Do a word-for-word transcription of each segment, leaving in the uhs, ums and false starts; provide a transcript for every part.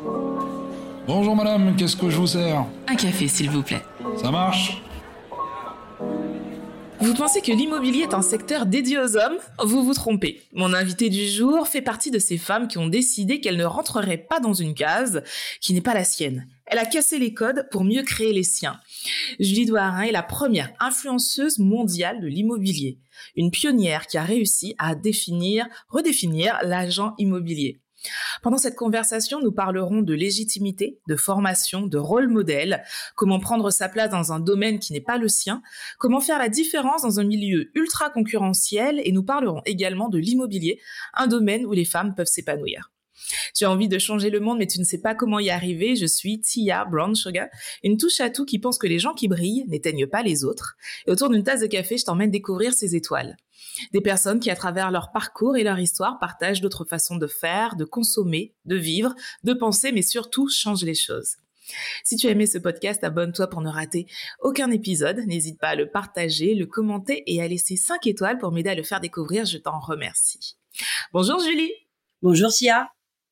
Bonjour madame, qu'est-ce que je vous sers? Un café, s'il vous plaît. Ça marche? Vous pensez que l'immobilier est un secteur dédié aux hommes? Vous vous trompez. Mon invitée du jour fait partie de ces femmes qui ont décidé qu'elles ne rentreraient pas dans une case qui n'est pas la sienne. Elle a cassé les codes pour mieux créer les siens. Julie Doirin est la première influenceuse mondiale de l'immobilier. Une pionnière qui a réussi à définir, redéfinir l'agent immobilier. Pendant cette conversation, nous parlerons de légitimité, de formation, de rôle modèle, comment prendre sa place dans un domaine qui n'est pas le sien, comment faire la différence dans un milieu ultra concurrentiel, et nous parlerons également de l'immobilier, un domaine où les femmes peuvent s'épanouir. Tu as envie de changer le monde, mais tu ne sais pas comment y arriver. Je suis Tia Brown Sugar, une touche à tout qui pense que les gens qui brillent n'éteignent pas les autres. Et autour d'une tasse de café, je t'emmène découvrir ces étoiles. Des personnes qui, à travers leur parcours et leur histoire, partagent d'autres façons de faire, de consommer, de vivre, de penser, mais surtout changent les choses. Si tu as aimé ce podcast, abonne-toi pour ne rater aucun épisode. N'hésite pas à le partager, le commenter et à laisser cinq étoiles pour m'aider à le faire découvrir. Je t'en remercie. Bonjour Julie. Bonjour Sia.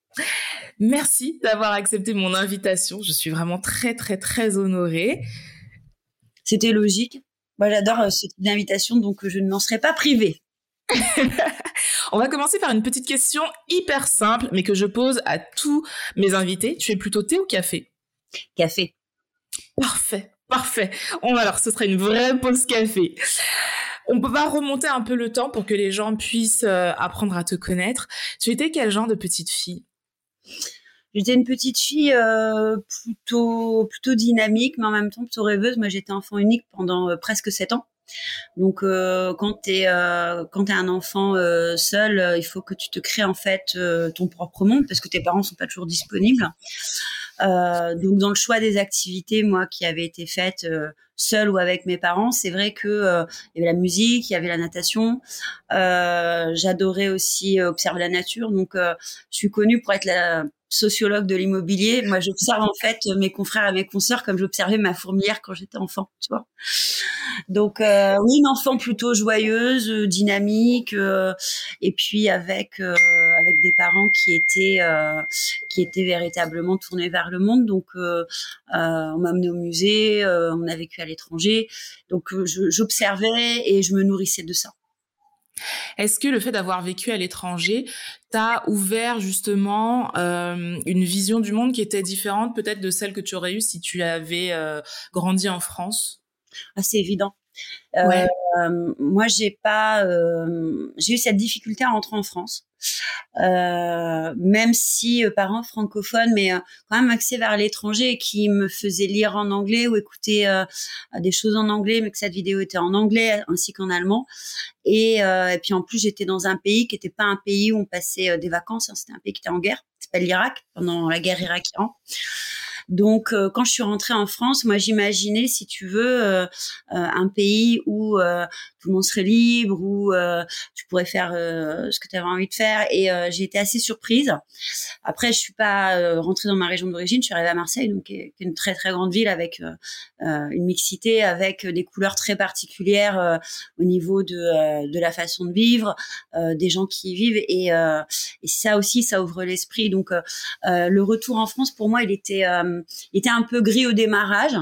Merci d'avoir accepté mon invitation. Je suis vraiment très, très, très honorée. C'était logique. Moi, j'adore ce type d'invitation, donc je ne m'en serais pas privée. On va commencer par une petite question hyper simple, mais que je pose à tous mes invités. Tu es plutôt thé ou café? Café. Parfait, parfait. On, alors, ce sera une vraie pause café. On va remonter un peu le temps pour que les gens puissent euh, apprendre à te connaître. Tu étais quel genre de petite fille? J'étais une petite fille euh, plutôt plutôt dynamique, mais en même temps plutôt rêveuse. Moi, j'étais enfant unique pendant euh, presque sept ans. Donc, euh, quand t'es euh, quand t'es un enfant euh, seul, euh, il faut que tu te crées en fait euh, ton propre monde parce que tes parents sont pas toujours disponibles. Euh, donc, dans le choix des activités, moi, qui avaient été faites euh, seule ou avec mes parents, c'est vrai que euh, il y avait la musique, il y avait la natation. Euh, j'adorais aussi euh, observer la nature. Donc, euh, je suis connue pour être la sociologue de l'immobilier. Moi, j'observe en fait mes confrères et mes consoeurs comme j'observais ma fourmilière quand j'étais enfant, tu vois. Donc, euh, oui, une enfant plutôt joyeuse, euh, dynamique, euh, et puis avec euh, avec des parents qui étaient euh, qui étaient véritablement tournés vers le monde. Donc, euh, euh, on m'a amené au musée, euh, on a vécu à l'étranger. Donc, euh, je, j'observais et je me nourrissais de ça. Est-ce que le fait d'avoir vécu à l'étranger t'a ouvert justement euh, une vision du monde qui était différente peut-être de celle que tu aurais eue si tu avais euh, grandi en France? Ah, c'est évident. Ouais. Euh, moi, j'ai pas, euh, j'ai eu cette difficulté à rentrer en France, euh, même si euh, parents francophones, mais euh, quand même axés vers l'étranger, qui me faisaient lire en anglais ou écouter euh, des choses en anglais, mais que cette vidéo était en anglais ainsi qu'en allemand. Et, euh, et puis en plus, j'étais dans un pays qui n'était pas un pays où on passait euh, des vacances. Hein, c'était un pays qui était en guerre, qui s'appelle l'Irak, pendant la guerre Irak-Iran. Donc, euh, quand je suis rentrée en France, moi, j'imaginais, si tu veux, euh, euh, un pays où euh, tout le monde serait libre, où euh, tu pourrais faire euh, ce que tu avais envie de faire. Et euh, j'ai été assez surprise. Après, je suis pas euh, rentrée dans ma région d'origine. Je suis arrivée à Marseille, donc qui est, qui est une très très grande ville avec euh, euh, une mixité, avec des couleurs très particulières euh, au niveau de euh, de la façon de vivre, euh, des gens qui y vivent. Et, euh, et ça aussi, ça ouvre l'esprit. Donc, euh, euh, le retour en France, pour moi, il était euh, il était un peu gris au démarrage,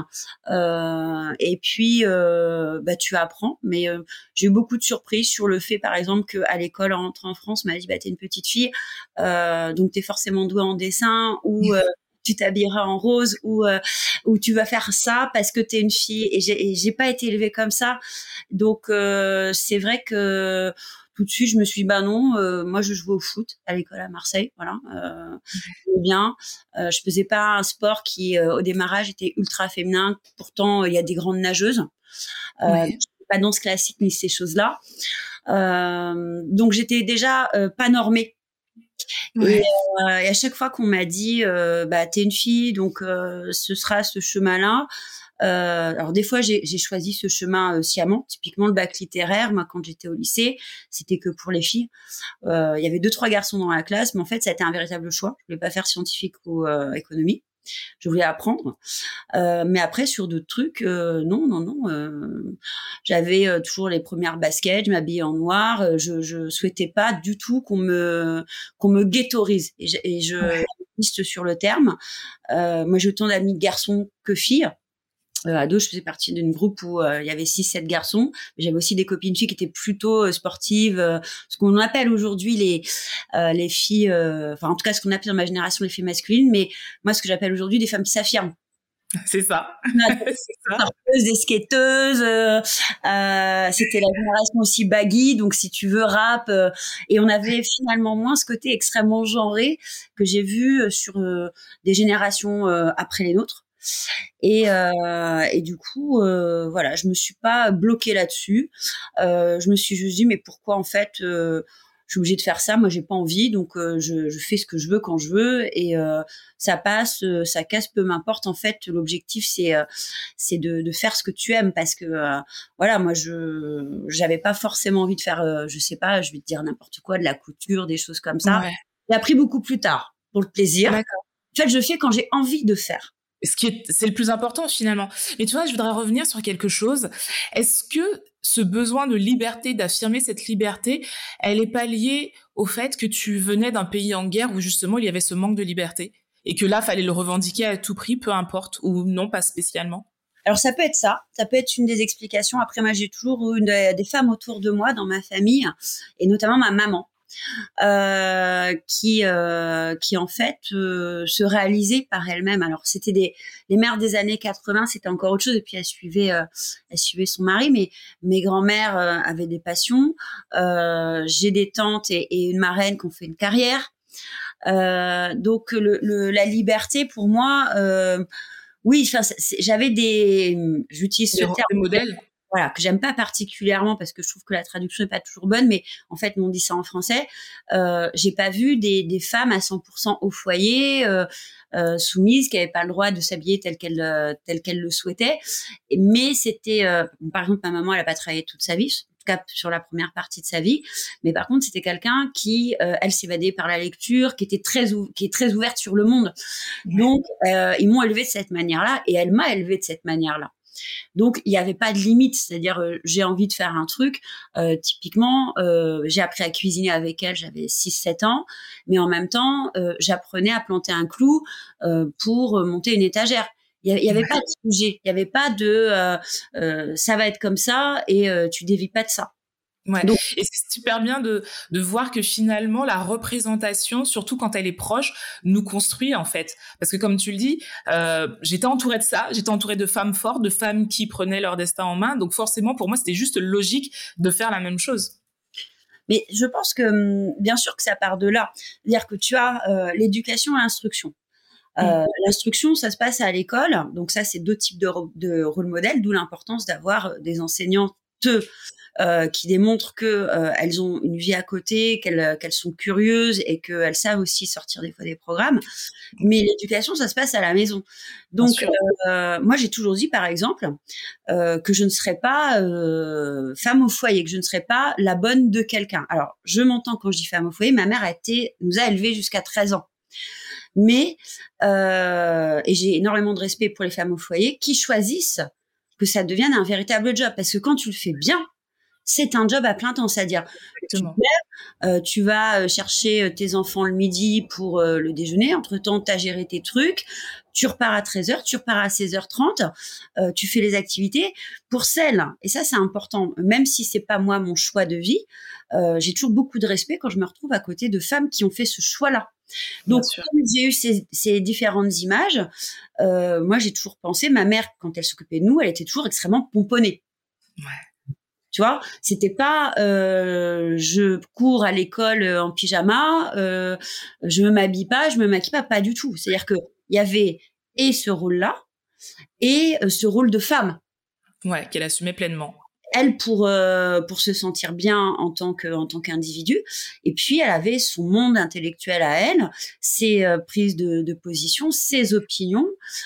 euh, et puis euh, bah tu apprends. Mais euh, j'ai eu beaucoup de surprises sur le fait, par exemple, que à l'école, en rentrant en France, on m'a dit bah t'es une petite fille, euh, donc t'es forcément douée en dessin ou euh, tu t'habilleras en rose ou euh, ou tu vas faire ça parce que t'es une fille. Et j'ai, et j'ai pas été élevée comme ça, donc euh, c'est vrai que tout de suite, je me suis dit, bah non, euh, moi, je jouais au foot à l'école à Marseille, voilà. Euh, bien. Euh, je faisais pas un sport qui, euh, au démarrage, était ultra féminin. Pourtant, il y a des grandes nageuses. Euh, Ouais. Pas danse classique ni ces choses-là. Euh, donc, j'étais déjà euh, pas normée. Ouais. Et, euh, et à chaque fois qu'on m'a dit, euh, bah, t'es une fille, donc euh, ce sera ce chemin-là. Euh, alors des fois j'ai, j'ai choisi ce chemin euh, sciemment. Typiquement le bac littéraire, moi quand j'étais au lycée, c'était que pour les filles. Euh, il y avait deux trois garçons dans la classe, mais en fait ça a été un véritable choix. Je voulais pas faire scientifique ou euh, économie. Je voulais apprendre. Euh, mais après sur d'autres trucs, euh, non non non. Euh, j'avais euh, toujours les premières baskets, je m'habillais en noir. Euh, je je souhaitais pas du tout qu'on me qu'on me ghettoise. Et je, et je Ouais. j'insiste sur le terme. Euh, moi, j'ai autant d'amis garçons que filles. Euh, ado, je faisais partie d'un groupe où euh, il y avait six sept garçons. Mais j'avais aussi des copines filles qui étaient plutôt euh, sportives, euh, ce qu'on appelle aujourd'hui les euh, les filles, euh, enfin en tout cas ce qu'on appelle dans ma génération les filles masculines. Mais moi, ce que j'appelle aujourd'hui des femmes qui s'affirment. C'est ça. C'est ça. Des skateuses, euh, euh, c'était la génération aussi baggy, donc si tu veux rap, euh, et on avait finalement moins ce côté extrêmement genré que j'ai vu sur euh, des générations euh, après les nôtres. Et, euh, et du coup, euh, voilà, je me suis pas bloquée là-dessus. Euh, je me suis juste dit, mais pourquoi en fait, euh, je suis obligée de faire ça. Moi, j'ai pas envie, donc euh, je, je fais ce que je veux quand je veux, et euh, ça passe, euh, ça casse, peu m'importe. En fait, l'objectif c'est euh, c'est de, de faire ce que tu aimes, parce que euh, voilà, moi je j'avais pas forcément envie de faire, euh, je sais pas, je vais te dire n'importe quoi, de la couture, des choses comme ça. Ouais. J'ai appris beaucoup plus tard pour le plaisir. D'accord. En fait, je fais quand j'ai envie de faire. Ce qui est, c'est le plus important finalement. Mais tu vois, je voudrais revenir sur quelque chose. Est-ce que ce besoin de liberté, d'affirmer cette liberté, elle est pas liée au fait que tu venais d'un pays en guerre où justement il y avait ce manque de liberté et que là, fallait le revendiquer à tout prix, peu importe, ou non, pas spécialement? Alors ça peut être ça, ça peut être une des explications. Après, moi, j'ai toujours eu une, des femmes autour de moi dans ma famille, et notamment ma maman. Euh, qui euh, qui en fait euh, se réalisait par elle-même. Alors c'était des les mères des années quatre-vingts, c'était encore autre chose, et puis elle suivait euh, elle suivait son mari, mais mes grands-mères euh, avaient des passions. Euh, j'ai des tantes et, et une marraine qui ont fait une carrière. Euh, donc le, le la liberté pour moi, euh, oui, enfin j'avais des, j'utilise ce terme, des modèles. Voilà, que j'aime pas particulièrement parce que je trouve que la traduction est pas toujours bonne, mais en fait, on dit ça en français. Euh, j'ai pas vu des, des femmes à cent pour cent au foyer, euh, euh, soumises, qui avaient pas le droit de s'habiller tel qu'elles, euh, tel qu'elles le souhaitaient. Mais c'était, euh, par exemple, ma maman, elle a pas travaillé toute sa vie, en tout cas sur la première partie de sa vie. Mais par contre, c'était quelqu'un qui, euh, elle s'évadait par la lecture, qui était très, ou- qui est très ouverte sur le monde. Donc, euh, ils m'ont élevée de cette manière-là, et elle m'a élevée de cette manière-là. Donc, il n'y avait pas de limite, c'est-à-dire euh, j'ai envie de faire un truc. Euh, typiquement, euh, j'ai appris à cuisiner avec elle, j'avais six sept ans, mais en même temps, euh, j'apprenais à planter un clou euh, pour monter une étagère. Il n'y avait pas de sujet, il n'y avait pas de euh, euh, ça va être comme ça et euh, tu dévis pas de ça. Ouais. Donc, et c'est super bien de de voir que finalement la représentation, surtout quand elle est proche, nous construit en fait. Parce que comme tu le dis, euh, j'étais entourée de ça, j'étais entourée de femmes fortes, de femmes qui prenaient leur destin en main. Donc forcément, pour moi, c'était juste logique de faire la même chose. mais je pense que bien sûr que ça part de là, c'est-à-dire que tu as euh, l'éducation et l'instruction. Euh, mmh. L'instruction, ça se passe à l'école, donc ça, c'est deux types de, de rôle modèles, d'où l'importance d'avoir des enseignantes euh, qui démontrent que euh, elles ont une vie à côté, qu'elles, qu'elles sont curieuses et qu'elles savent aussi sortir des fois des programmes. Mais l'éducation, ça se passe à la maison. Donc, euh, moi, j'ai toujours dit, par exemple, euh, que je ne serais pas euh, femme au foyer, que je ne serais pas la bonne de quelqu'un. Alors, je m'entends quand je dis femme au foyer. Ma mère a été, nous a élevés jusqu'à treize ans. Mais, euh, et j'ai énormément de respect pour les femmes au foyer qui choisissent que ça devienne un véritable job. Parce que quand tu le fais bien, c'est un job à plein temps. C'est-à-dire, tu, lèves, euh, tu vas chercher tes enfants le midi pour euh, le déjeuner. Entre-temps, tu as géré tes trucs. Tu repars à treize heures, tu repars à seize heures trente. Euh, tu fais les activités. Pour celles, et ça, c'est important, même si c'est pas moi mon choix de vie, euh, j'ai toujours beaucoup de respect quand je me retrouve à côté de femmes qui ont fait ce choix-là. Donc, comme j'ai eu ces, ces différentes images, euh, moi, j'ai toujours pensé, ma mère, quand elle s'occupait de nous, elle était toujours extrêmement pomponnée. Ouais. Tu vois, c'était pas euh, je cours à l'école en pyjama, euh, je me m'habille pas, je me maquille pas, pas du tout. C'est-à-dire que il y avait et ce rôle-là et euh, ce rôle de femme. Ouais, qu'elle assumait pleinement. Elle pour euh, pour se sentir bien en tant que en tant qu'individu, et puis elle avait son monde intellectuel à elle, ses euh, prises de, de position, ses opinions,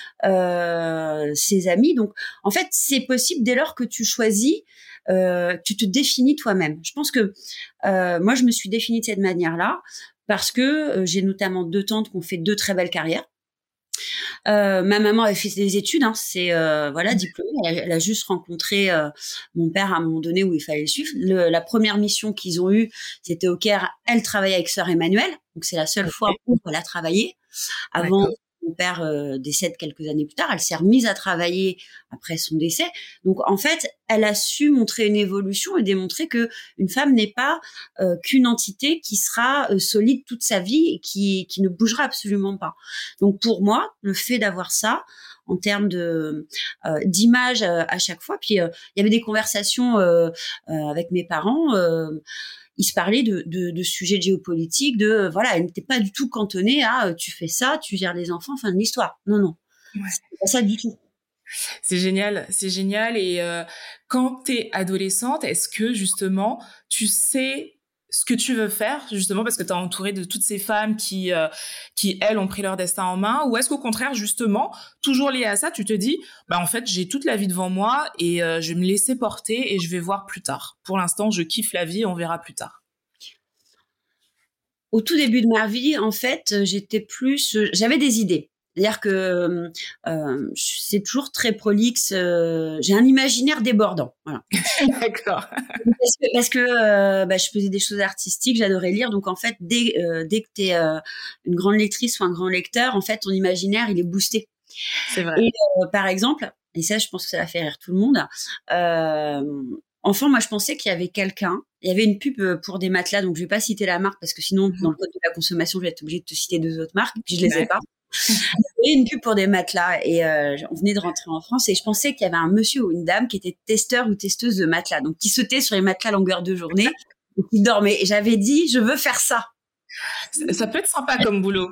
euh, ses amis. Donc en fait c'est possible dès lors que tu choisis, euh, tu te définis toi-même. Je pense que euh, moi je me suis définie de cette manière-là parce que euh, j'ai notamment deux tantes qui ont fait deux très belles carrières. Euh, ma maman avait fait des études, hein, c'est euh, voilà diplômée. Elle, elle a juste rencontré euh, mon père à un moment donné où il fallait le suivre. Le, la première mission qu'ils ont eue, c'était au Caire. Elle travaillait avec sœur Emmanuel, donc c'est la seule okay. fois où elle a travaillé. Avant, D'accord. Mon père euh, décède quelques années plus tard. Elle s'est remise à travailler après son décès. Donc en fait, elle a su montrer une évolution et démontrer que une femme n'est pas euh, qu'une entité qui sera euh, solide toute sa vie et qui qui ne bougera absolument pas. Donc pour moi, le fait d'avoir ça en termes de euh, d'image euh, à chaque fois, puis euh, il y avait des conversations euh, euh, avec mes parents. Euh, ils se parlaient de, de, de sujets géopolitiques, de euh, voilà, elle n'était pas du tout cantonnée à euh, tu fais ça, tu gères les enfants, fin de l'histoire. Non, non, ouais. C'est pas ça du tout. C'est génial, c'est génial. Et euh, quand t'es adolescente, est-ce que justement tu sais ce que tu veux faire, justement parce que t'es entourée de toutes ces femmes qui, euh, qui elles ont pris leur destin en main, ou est-ce qu'au contraire justement, toujours lié à ça, tu te dis, bah en fait j'ai toute la vie devant moi et euh, je vais me laisser porter et je vais voir plus tard. Pour l'instant, je kiffe la vie, on verra plus tard. Au tout début de ma vie, en fait, j'étais plus, j'avais des idées. C'est-à-dire que euh, c'est toujours très prolixe. Euh, j'ai un imaginaire débordant. Voilà. D'accord. Parce que, parce que euh, bah, je faisais des choses artistiques, j'adorais lire. Donc en fait, dès, euh, dès que t'es euh, une grande lectrice ou un grand lecteur, en fait, ton imaginaire il est boosté. C'est vrai. Et euh, par exemple, et ça, je pense que ça va faire rire tout le monde. Euh, Enfant, moi, je pensais qu'il y avait quelqu'un. Il y avait une pub pour des matelas, donc je vais pas citer la marque parce que sinon, mmh. dans le code de la consommation, je vais être obligée de te citer deux autres marques. Puis je les ouais. ai pas. Il y avait une pub pour des matelas et euh, on venait de rentrer en France et je pensais qu'il y avait un monsieur ou une dame qui était testeur ou testeuse de matelas, donc qui sautait sur les matelas à longueur de journée et qui dormait. Et j'avais dit, je veux faire ça. Ça, ça peut être sympa comme boulot.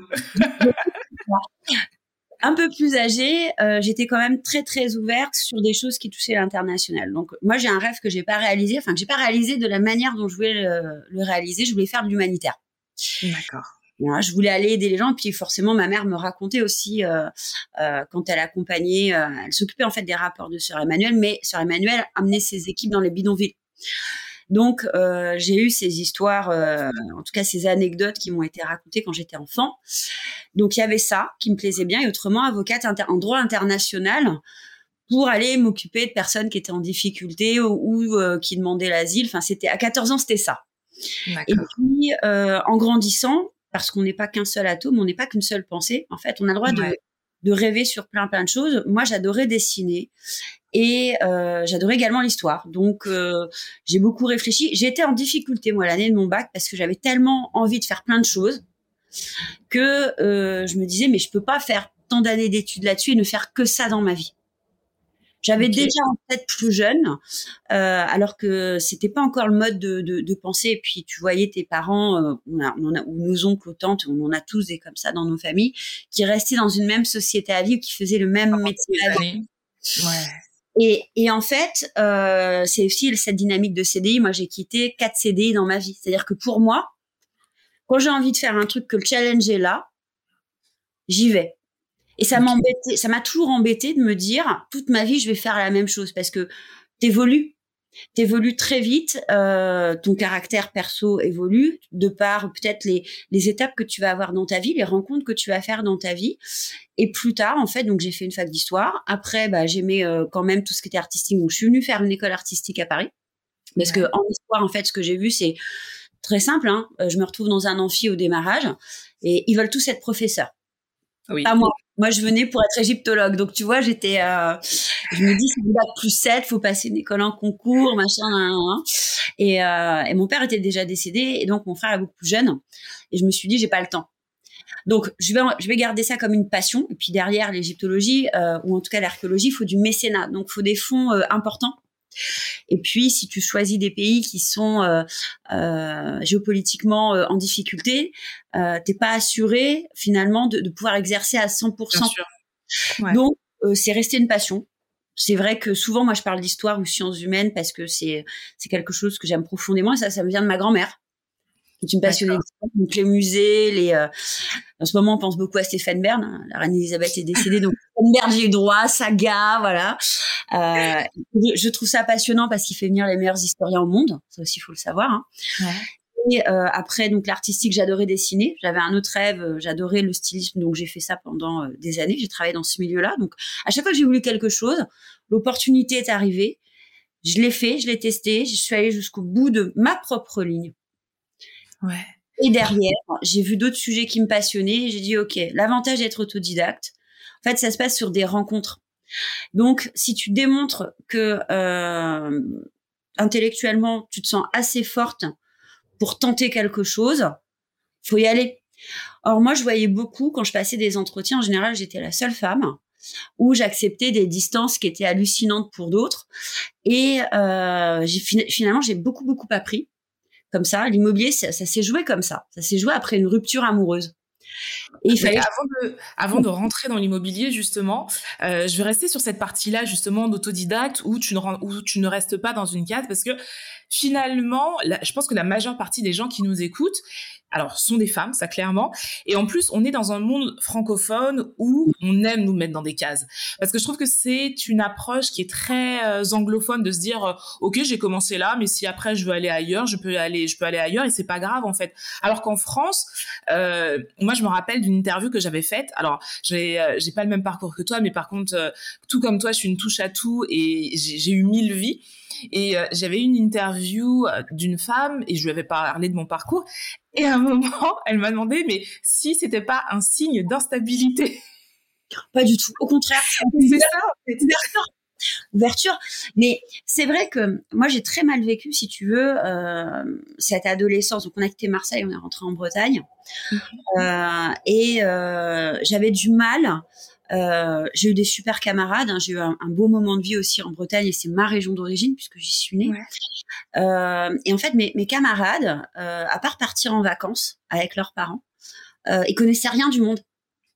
Un peu plus âgée, euh, j'étais quand même très très ouverte sur des choses qui touchaient l'international. Donc moi j'ai un rêve que j'ai pas réalisé, enfin que j'ai pas réalisé de la manière dont je voulais le, le réaliser. Je voulais faire de l'humanitaire. D'accord. Voilà, je voulais aller aider les gens. Et puis forcément ma mère me racontait aussi euh, euh, quand elle accompagnait, euh, elle s'occupait en fait des rapports de sœur Emmanuel, mais sœur Emmanuel amenait ses équipes dans les bidonvilles. Donc, euh, j'ai eu ces histoires, euh, en tout cas ces anecdotes qui m'ont été racontées quand j'étais enfant. Donc, il y avait ça qui me plaisait bien et autrement, avocate inter- en droit international pour aller m'occuper de personnes qui étaient en difficulté ou, ou euh, qui demandaient l'asile. Enfin, c'était à quatorze ans, c'était ça. D'accord. Et puis, euh, en grandissant, parce qu'on n'est pas qu'un seul atome, on n'est pas qu'une seule pensée. En fait, on a le droit ouais. de de rêver sur plein plein de choses. Moi, j'adorais dessiner et euh, j'adorais également l'histoire. Donc, euh, j'ai beaucoup réfléchi. J'étais en difficulté, moi, l'année de mon bac, parce que j'avais tellement envie de faire plein de choses que euh, je me disais, mais je peux pas faire tant d'années d'études là-dessus et ne faire que ça dans ma vie. J'avais okay. déjà en tête plus jeune, euh, alors que c'était pas encore le mode de, de, de pensée. Et puis tu voyais tes parents, euh, on a, on a, ou nos oncles, ou tantes, on en a tous des comme ça dans nos familles, qui restaient dans une même société à vivre, qui faisaient le même métier à vivre. Ouais. Et, et en fait, euh, c'est aussi cette dynamique de C D I. Moi, j'ai quitté quatre C D I dans ma vie. C'est-à-dire que pour moi, quand j'ai envie de faire un truc que le challenge est là, j'y vais. Et ça okay. m'embêtait, ça m'a toujours embêté de me dire toute ma vie je vais faire la même chose parce que t'évolues, t'évolues très vite, euh, ton caractère perso évolue de par peut-être les les étapes que tu vas avoir dans ta vie, les rencontres que tu vas faire dans ta vie. Et plus tard en fait, donc j'ai fait une fac d'histoire. Après, bah j'aimais euh, quand même tout ce qui était artistique, donc je suis venue faire une école artistique à Paris parce ouais. que en histoire en fait, ce que j'ai vu c'est très simple. Hein, je me retrouve dans un amphi au démarrage et ils veulent tous être professeurs. Oui. Pas moi. Moi, je venais pour être égyptologue. Donc, tu vois, j'étais, euh, je me dis, c'est du bac plus sept, faut passer une école en concours, machin, nan, nan, nan. Et, euh, et mon père était déjà décédé. Et donc, mon frère est beaucoup plus jeune. Et je me suis dit, j'ai pas le temps. Donc, je vais, je vais garder ça comme une passion. Et puis, derrière l'égyptologie, euh, ou en tout cas l'archéologie, il faut du mécénat. Donc, il faut des fonds euh, importants. Et puis, si tu choisis des pays qui sont euh, euh, géopolitiquement euh, en difficulté, euh, t'es pas assuré finalement de, de pouvoir exercer à cent pour cent. Bien sûr. Ouais. Donc, euh, c'est resté une passion. C'est vrai que souvent, moi, je parle d'histoire ou sciences humaines parce que c'est c'est quelque chose que j'aime profondément. Et ça, ça me vient de ma grand-mère, qui est une passionnée d'histoire. Donc, les musées, les euh, en ce moment, on pense beaucoup à Stéphane Bern. La reine Elisabeth est décédée, donc Stéphane Bern, j'ai eu droit, saga, voilà. Euh, je trouve ça passionnant parce qu'il fait venir les meilleurs historiens au monde. Ça aussi, il faut le savoir. Hein. Ouais. Et euh, après, donc l'artistique, j'adorais dessiner. J'avais un autre rêve, euh, j'adorais le stylisme, donc j'ai fait ça pendant euh, des années. J'ai travaillé dans ce milieu-là. Donc à chaque fois que j'ai voulu quelque chose, l'opportunité est arrivée. Je l'ai fait, je l'ai testé, je suis allée jusqu'au bout de ma propre ligne. Ouais. Et derrière, j'ai vu d'autres sujets qui me passionnaient. Et j'ai dit, OK, l'avantage d'être autodidacte, en fait, ça se passe sur des rencontres. Donc, si tu démontres que euh, intellectuellement, tu te sens assez forte pour tenter quelque chose, faut y aller. Or, moi, je voyais beaucoup, quand je passais des entretiens, en général, j'étais la seule femme, où j'acceptais des distances qui étaient hallucinantes pour d'autres. Et euh, j'ai, finalement, j'ai beaucoup, beaucoup appris. Comme ça, l'immobilier, ça, ça s'est joué comme ça. Ça s'est joué après une rupture amoureuse. Et il fallait... avant, de, avant de rentrer dans l'immobilier, justement, euh, je vais rester sur cette partie-là, justement, d'autodidacte, où tu ne, où tu ne restes pas dans une case, parce que finalement, la, je pense que la majeure partie des gens qui nous écoutent, alors, sont des femmes, ça clairement. Et en plus, on est dans un monde francophone où on aime nous mettre dans des cases. Parce que je trouve que c'est une approche qui est très euh, anglophone de se dire, euh, OK, j'ai commencé là, mais si après je veux aller ailleurs, je peux aller, je peux aller ailleurs et c'est pas grave, en fait. Alors qu'en France, euh, moi, je me rappelle d'une interview que j'avais faite. Alors, j'ai, euh, j'ai pas le même parcours que toi, mais par contre, euh, tout comme toi, je suis une touche à tout et j'ai, j'ai eu mille vies. Et euh, j'avais eu une interview euh, d'une femme et je lui avais parlé de mon parcours. Et à un moment, elle m'a demandé, mais si c'était pas un signe d'instabilité. Pas du tout. Au contraire. C'est ça, en fait. Ouverture. Ouverture. Mais c'est vrai que moi, j'ai très mal vécu, si tu veux, euh, cette adolescence. Donc, on a quitté Marseille, on est rentré en Bretagne. Mm-hmm. Euh, et euh, j'avais du mal. Euh, j'ai eu des super camarades, hein, j'ai eu un, un beau moment de vie aussi en Bretagne et c'est ma région d'origine puisque j'y suis née. Ouais. Euh, et en fait, mes, mes camarades, euh, à part partir en vacances avec leurs parents, euh, ils connaissaient rien du monde.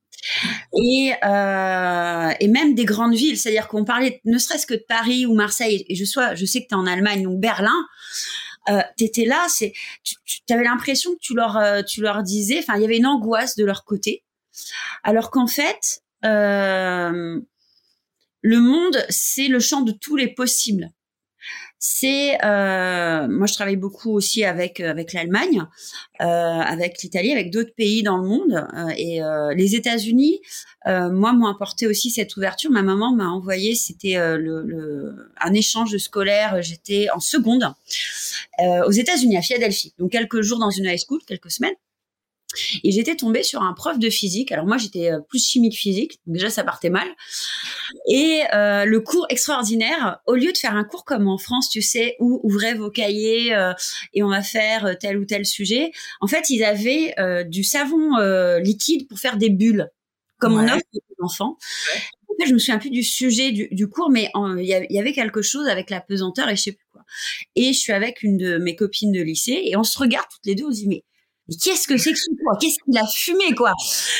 Et, euh, et même des grandes villes, c'est-à-dire qu'on parlait ne serait-ce que de Paris ou Marseille. Et je, sois, je sais que tu es en Allemagne, donc Berlin. Euh, t'étais là, c'est, tu, tu avais l'impression que tu leur, euh, tu leur disais, enfin, il y avait une angoisse de leur côté, alors qu'en fait. Euh, le monde, c'est le champ de tous les possibles. C'est, euh, moi, je travaille beaucoup aussi avec avec l'Allemagne, euh, avec l'Italie, avec d'autres pays dans le monde, euh, et euh, les États-Unis. Euh, moi, m'ont apporté aussi cette ouverture. Ma maman m'a envoyé, c'était euh, le, le, un échange scolaire. J'étais en seconde euh, aux États-Unis, à Philadelphie, donc quelques jours dans une high school, quelques semaines. Et j'étais tombée sur un prof de physique. Alors moi, j'étais plus chimie que physique. Donc déjà, ça partait mal. Et euh, le cours extraordinaire, au lieu de faire un cours comme en France, tu sais, où ouvrez vos cahiers euh, et on va faire tel ou tel sujet. En fait, ils avaient euh, du savon euh, liquide pour faire des bulles, comme ouais. on offre aux enfants. Ouais. En fait, je me souviens plus du sujet du, du cours, mais il y, y avait quelque chose avec la pesanteur et je sais plus quoi. Et je suis avec une de mes copines de lycée et on se regarde toutes les deux, on se dit mais Mais qu'est-ce que c'est que ce quoi Qu'est-ce qu'il a fumé, quoi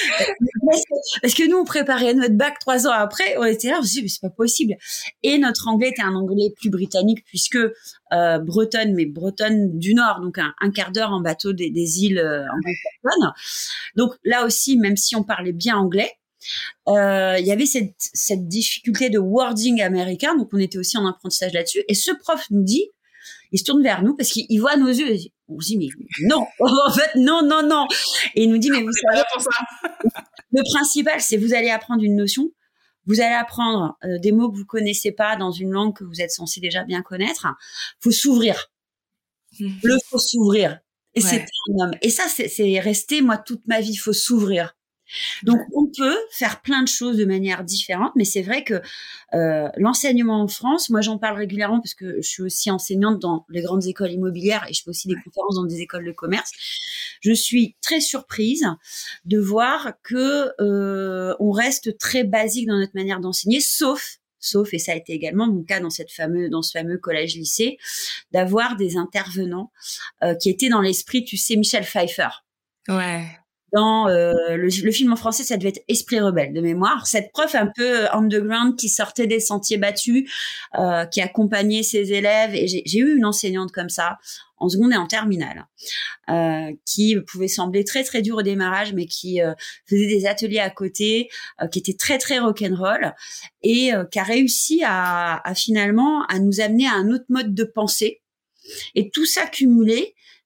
Parce que nous, on préparait notre bac trois ans après. On était là, on se dit, mais c'est pas possible. Et notre anglais était un anglais plus britannique, puisque euh, bretonne, mais bretonne du Nord, donc un, un quart d'heure en bateau des, des îles euh, anglo-saxonnes. Donc là aussi, même si on parlait bien anglais, euh, il y avait cette, cette difficulté de wording américain. Donc on était aussi en apprentissage là-dessus. Et ce prof nous dit, il se tourne vers nous parce qu'il voit nos yeux. On se dit, mais non, en fait, non, non, non. Et il nous dit, mais vous savez, pour ça. Le principal, c'est vous allez apprendre une notion, vous allez apprendre euh, des mots que vous connaissez pas dans une langue que vous êtes censé déjà bien connaître. Faut s'ouvrir. Mmh. Le faut s'ouvrir. Et ouais. c'est un homme. Et ça, c'est, c'est resté, moi, toute ma vie, faut s'ouvrir. Donc, on peut faire plein de choses de manière différente, mais c'est vrai que euh, l'enseignement en France, moi, j'en parle régulièrement parce que je suis aussi enseignante dans les grandes écoles immobilières et je fais aussi des conférences dans des écoles de commerce. Je suis très surprise de voir que euh, on reste très basique dans notre manière d'enseigner, sauf Sauf, et ça a été également mon cas dans cette fameuse, dans ce fameux collège-lycée, d'avoir des intervenants euh, qui étaient dans l'esprit, tu sais, Michel Pfeiffer. Ouais. Dans euh, le, le film en français, ça devait être Esprit rebelle de mémoire. Cette prof un peu underground qui sortait des sentiers battus, euh, qui accompagnait ses élèves. Et j'ai, j'ai eu une enseignante comme ça en seconde et en terminale, euh, qui pouvait sembler très très dure au démarrage, mais qui euh, faisait des ateliers à côté, euh, qui était très très rock'n'roll et euh, qui a réussi à, à finalement à nous amener à un autre mode de pensée. Et tout ça cumulé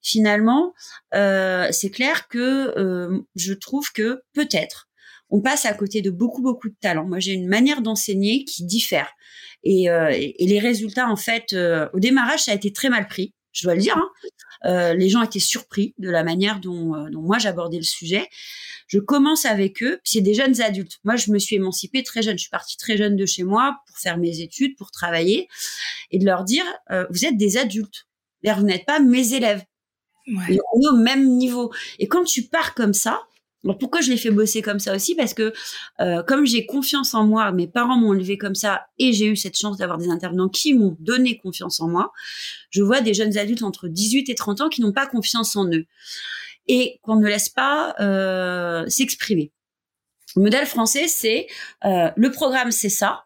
finalement, euh, c'est clair que euh, je trouve que peut-être on passe à côté de beaucoup, beaucoup de talents. Moi, j'ai une manière d'enseigner qui diffère. Et, euh, et les résultats, en fait, euh, au démarrage, ça a été très mal pris, je dois le dire. Hein. Euh, les gens étaient surpris de la manière dont, euh, dont moi, j'abordais le sujet. Je commence avec eux, puis c'est des jeunes adultes. Moi, je me suis émancipée très jeune. Je suis partie très jeune de chez moi pour faire mes études, pour travailler, et de leur dire, euh, vous êtes des adultes. Là, vous n'êtes pas mes élèves. Ouais. On est au même niveau. Et quand tu pars comme ça, alors pourquoi je les fais bosser comme ça aussi? Parce que euh, comme j'ai confiance en moi, mes parents m'ont élevé comme ça et j'ai eu cette chance d'avoir des intervenants qui m'ont donné confiance en moi, je vois des jeunes adultes entre dix-huit et trente ans qui n'ont pas confiance en eux et qu'on ne laisse pas euh, s'exprimer. Le modèle français, c'est euh, le programme, c'est ça.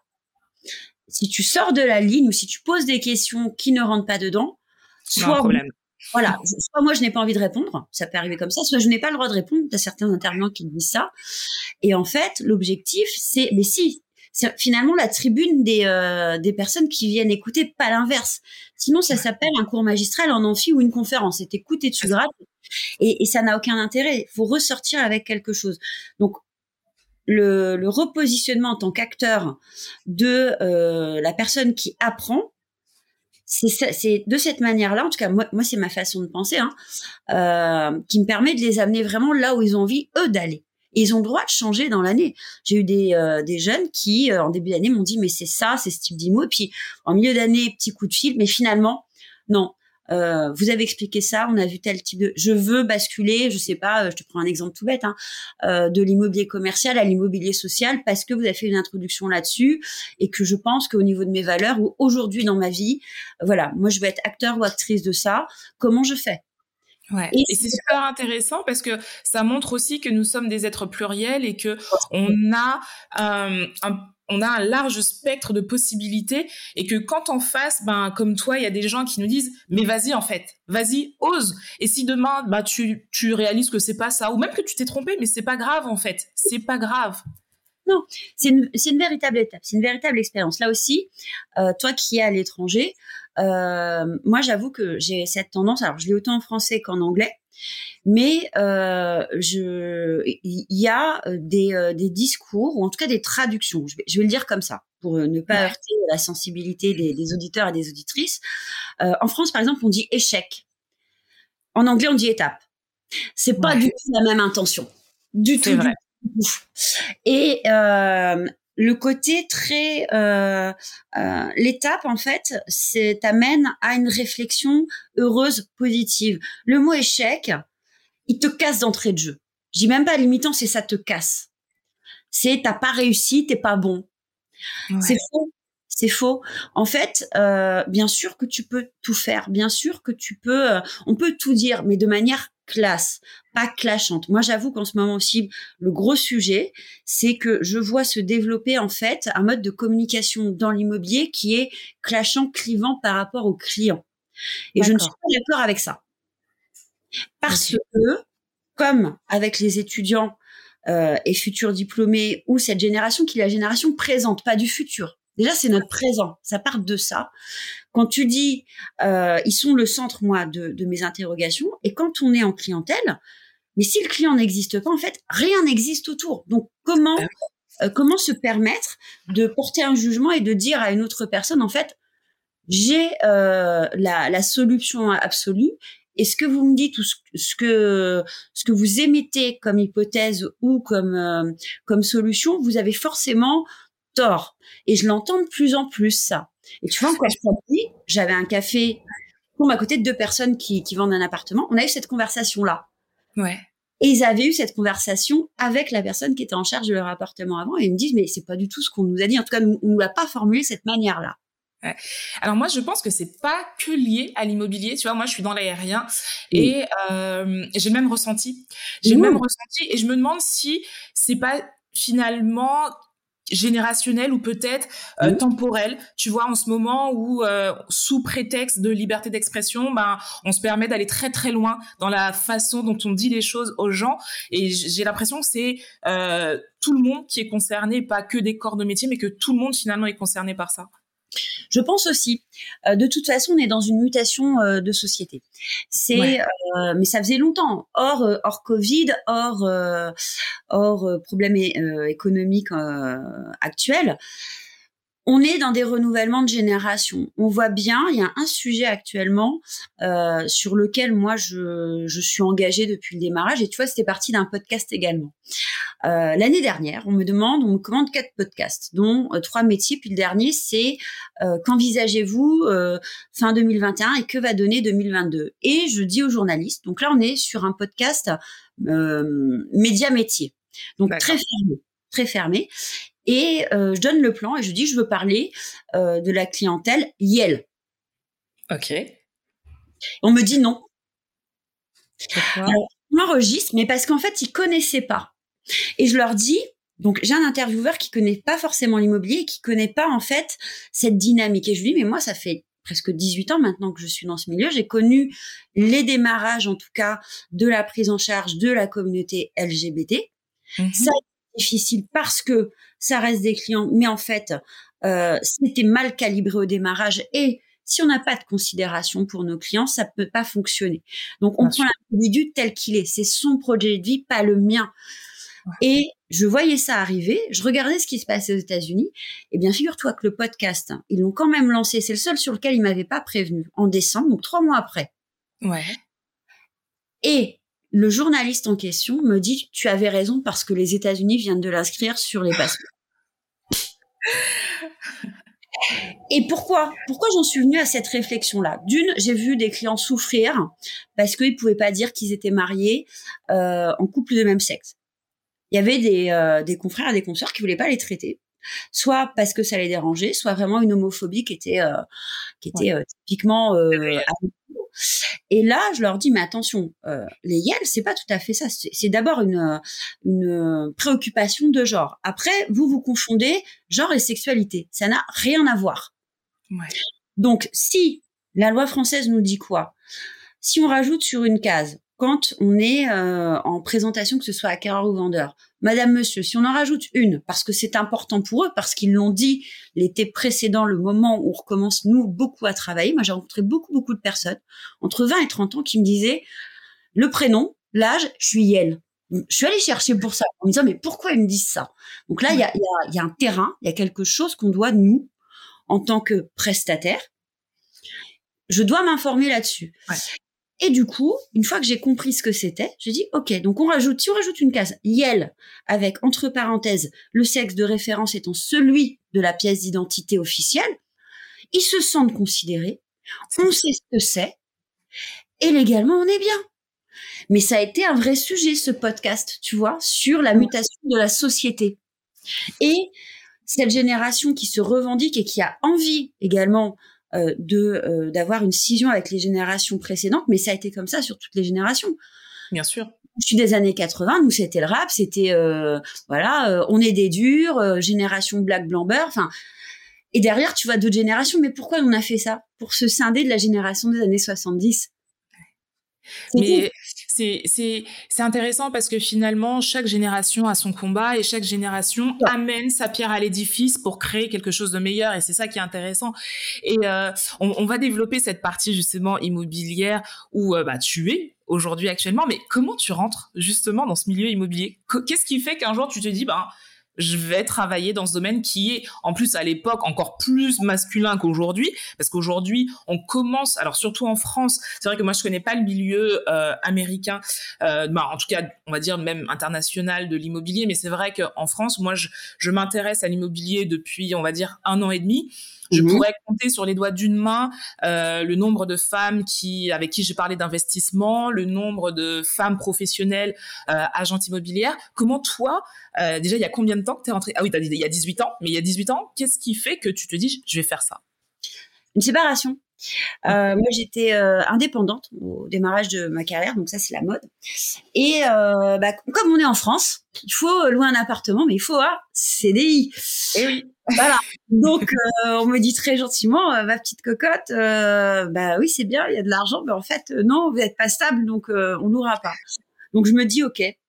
Si tu sors de la ligne ou si tu poses des questions qui ne rentrent pas dedans, soit... Voilà, soit moi je n'ai pas envie de répondre, ça peut arriver comme ça, soit je n'ai pas le droit de répondre, t'as certains intervenants qui disent ça, et en fait l'objectif c'est, mais si, c'est finalement la tribune des euh, des personnes qui viennent écouter, pas l'inverse, sinon ça s'appelle un cours magistral en amphi ou une conférence, c'est t'écoutes et tu grattes, et, et ça n'a aucun intérêt, il faut ressortir avec quelque chose. Donc le, le repositionnement en tant qu'acteur de euh, la personne qui apprend, C'est, c'est de cette manière-là, en tout cas, moi, moi c'est ma façon de penser, hein, euh, qui me permet de les amener vraiment là où ils ont envie, eux, d'aller. Et ils ont le droit de changer dans l'année. J'ai eu des, euh, des jeunes qui, euh, en début d'année, m'ont dit, mais c'est ça, c'est ce type d'I M O. Et puis, en milieu d'année, petit coup de fil, mais finalement, non. Euh, vous avez expliqué ça, on a vu tel type de... Je veux basculer, je sais pas, je te prends un exemple tout bête, hein, euh, de l'immobilier commercial à l'immobilier social parce que vous avez fait une introduction là-dessus et que je pense qu'au niveau de mes valeurs ou aujourd'hui dans ma vie, voilà, moi je veux être acteur ou actrice de ça, comment je fais? Ouais. Et, et c'est super intéressant parce que ça montre aussi que nous sommes des êtres pluriels et que on a euh, un on a un large spectre de possibilités et que quand en face, ben, comme toi, il y a des gens qui nous disent, mais vas-y, en fait, vas-y, ose. Et si demain, bah, tu, tu réalises que c'est pas ça, ou même que tu t'es trompé, mais c'est pas grave, en fait. C'est pas grave. Non, c'est une, c'est une véritable étape, c'est une véritable expérience. Là aussi, euh, toi qui es à l'étranger, euh, moi, j'avoue que j'ai cette tendance, alors je l'ai autant en français qu'en anglais, mais euh, je, il y a des, euh, des discours ou en tout cas des traductions. Je vais, je vais le dire comme ça pour ne pas heurter la sensibilité des, des auditeurs et des auditrices. Euh, en France, par exemple, on dit échec. En anglais, on dit étape. C'est pas ouais. du tout la même intention. Du tout. Vrai. Du tout. Et euh, le côté très euh, euh, l'étape en fait, c'est t'amène à une réflexion heureuse, positive. Le mot échec, il te casse d'entrée de jeu. Je dis même pas limitant, c'est ça te casse. C'est t'as pas réussi, t'es pas bon. Ouais. C'est faux. C'est faux. En fait, euh, bien sûr que tu peux tout faire, bien sûr que tu peux, euh, on peut tout dire, mais de manière classe, pas clashante. Moi, j'avoue qu'en ce moment aussi, le gros sujet, c'est que je vois se développer en fait un mode de communication dans l'immobilier qui est clashant, clivant par rapport aux clients. Et D'accord. Je ne suis pas d'accord avec ça. Parce okay. que, comme avec les étudiants euh, et futurs diplômés, ou cette génération qui est la génération présente, pas du futur. Déjà, c'est notre présent. Ça part de ça. Quand tu dis, euh, ils sont le centre, moi, de, de mes interrogations. Et quand on est en clientèle, mais si le client n'existe pas, en fait, rien n'existe autour. Donc, comment, euh, comment se permettre de porter un jugement et de dire à une autre personne, en fait, j'ai euh, la, la solution absolue. Et ce que vous me dites ou ce, ce que ce que vous émettez comme hypothèse ou comme euh, comme solution, vous avez forcément tort. Et je l'entends de plus en plus, ça. Et tu vois, encore samedi, j'avais un café pour à côté de deux personnes qui, qui vendent un appartement. On a eu cette conversation-là. Ouais. Et ils avaient eu cette conversation avec la personne qui était en charge de leur appartement avant. Et ils me disent, mais c'est pas du tout ce qu'on nous a dit. En tout cas, on nous l'a pas formulé de cette manière-là. Ouais. Alors moi, je pense que c'est pas que lié à l'immobilier. Tu vois, moi, je suis dans l'aérien et euh, j'ai le même ressenti. J'ai mmh. le même ressenti et je me demande si c'est pas finalement générationnel ou peut-être euh, mmh. temporel, tu vois, en ce moment où euh, sous prétexte de liberté d'expression, ben on se permet d'aller très très loin dans la façon dont on dit les choses aux gens et j'ai l'impression que c'est euh, tout le monde qui est concerné, pas que des corps de métier, mais que tout le monde finalement est concerné par ça. Je pense aussi. Euh, de toute façon, on est dans une mutation euh, de société. C'est, ouais. euh, mais ça faisait longtemps. Hors, euh, hors Covid, hors, euh, hors euh, problème euh, économique euh, actuel. On est dans des renouvellements de génération. On voit bien, il y a un sujet actuellement euh, sur lequel moi je, je suis engagée depuis le démarrage. Et tu vois, c'était parti d'un podcast également. Euh, l'année dernière, on me demande, on me commande quatre podcasts, dont euh, trois métiers. Puis le dernier, c'est euh, qu'envisagez-vous euh, fin deux mille vingt et un et que va donner deux mille vingt-deux. Et je dis aux journalistes. Donc là, on est sur un podcast euh, média métier, donc D'accord. très fermé, très fermé. Et euh, je donne le plan et je dis, je veux parler euh, de la clientèle Yel. Ok. On me dit non. Pourquoi ? Alors, on m'enregistre, mais parce qu'en fait, ils connaissaient pas. Et je leur dis, donc j'ai un intervieweur qui connaît pas forcément l'immobilier et qui connaît pas en fait cette dynamique. Et je lui dis, mais moi, ça fait presque dix-huit ans maintenant que je suis dans ce milieu. J'ai connu les démarrages, en tout cas, de la prise en charge de la communauté L G B T. Mm-hmm. Ça difficile parce que ça reste des clients, mais en fait, euh, c'était mal calibré au démarrage et si on n'a pas de considération pour nos clients, ça peut pas fonctionner. Donc, on Bien prend sûr. L'individu tel qu'il est. C'est son projet de vie, pas le mien. Ouais. Et je voyais ça arriver. Je regardais ce qui se passait aux États-Unis. Eh bien, figure-toi que le podcast, ils l'ont quand même lancé. C'est le seul sur lequel ils m'avaient pas prévenu en décembre, donc trois mois après. Ouais. Et le journaliste en question me dit « Tu avais raison parce que les États-Unis viennent de l'inscrire sur les passeports. » Et pourquoi Pourquoi j'en suis venue à cette réflexion-là ? D'une, j'ai vu des clients souffrir parce qu'ils ne pouvaient pas dire qu'ils étaient mariés euh, en couple de même sexe. Il y avait des, euh, des confrères et des consoeurs qui ne voulaient pas les traiter, soit parce que ça les dérangeait, soit vraiment une homophobie qui était, euh, qui était ouais. euh, typiquement... Euh, Et là, je leur dis, mais attention, euh, les Yel, c'est pas tout à fait ça. C'est, c'est d'abord une, une préoccupation de genre. Après, vous, vous confondez genre et sexualité. Ça n'a rien à voir. Ouais. Donc, si la loi française nous dit quoi ? Si on rajoute sur une case, quand on est euh, en présentation, que ce soit acquéreur ou vendeur, Madame, Monsieur, si on en rajoute une, parce que c'est important pour eux, parce qu'ils l'ont dit l'été précédent, le moment où on recommence, nous, beaucoup à travailler. Moi, j'ai rencontré beaucoup, beaucoup de personnes, entre vingt et trente ans, qui me disaient le prénom, l'âge, je suis Yel. Je suis allée chercher pour ça, en me disant, mais pourquoi ils me disent ça ? Donc là, il y a, y a, y a un terrain, il y a quelque chose qu'on doit, nous, en tant que prestataire, je dois m'informer là-dessus. Ouais. Et du coup, une fois que j'ai compris ce que c'était, j'ai dit, OK, donc on rajoute, si on rajoute une case Yel avec, entre parenthèses, le sexe de référence étant celui de la pièce d'identité officielle, ils se sentent considérés, on sait ce que c'est, et légalement, on est bien. Mais ça a été un vrai sujet, ce podcast, tu vois, sur la mutation de la société. Et cette génération qui se revendique et qui a envie également Euh, de euh, d'avoir une scission avec les générations précédentes, mais ça a été comme ça sur toutes les générations. Bien sûr. Je suis des années quatre-vingts, nous c'était le rap, c'était euh, voilà, euh, on est des durs, euh, génération black blanc beurre, enfin. Et derrière, tu vois d'autres générations, mais pourquoi on a fait ça ? Pour se scinder de la génération des années soixante-dix. C'est mais c'est, c'est, c'est intéressant parce que finalement, chaque génération a son combat et chaque génération ouais. amène sa pierre à l'édifice pour créer quelque chose de meilleur. Et c'est ça qui est intéressant. Et euh, on, on va développer cette partie justement immobilière où euh, bah, tu es aujourd'hui actuellement. Mais comment tu rentres justement dans ce milieu immobilier ? Qu'est-ce qui fait qu'un jour tu te dis... bah, je vais travailler dans ce domaine qui est, en plus, à l'époque, encore plus masculin qu'aujourd'hui, parce qu'aujourd'hui, on commence, alors surtout en France, c'est vrai que moi, je connais pas le milieu euh, américain, euh, bah, en tout cas, on va dire même international de l'immobilier, mais c'est vrai qu'en France, moi, je, je m'intéresse à l'immobilier depuis, on va dire, un an et demi. Je mmh. pourrais compter sur les doigts d'une main euh, le nombre de femmes qui, avec qui j'ai parlé d'investissement, le nombre de femmes professionnelles euh, agentes immobilières. Comment toi, euh, déjà, il y a combien de temps que tu es rentrée ? Ah oui, tu as dit il y a dix-huit ans, mais il y a dix-huit ans, qu'est-ce qui fait que tu te dis, je vais faire ça ? Une séparation. Euh, moi, j'étais euh, indépendante au démarrage de ma carrière, donc ça, c'est la mode. Et euh, bah, comme on est en France, il faut louer un appartement, mais il faut un C D I. Et oui. Voilà. Donc, euh, on me dit très gentiment, euh, ma petite cocotte, euh, bah oui, c'est bien, il y a de l'argent, mais en fait, euh, non, vous n'êtes pas stable, donc euh, on louera pas. Donc, je me dis, OK,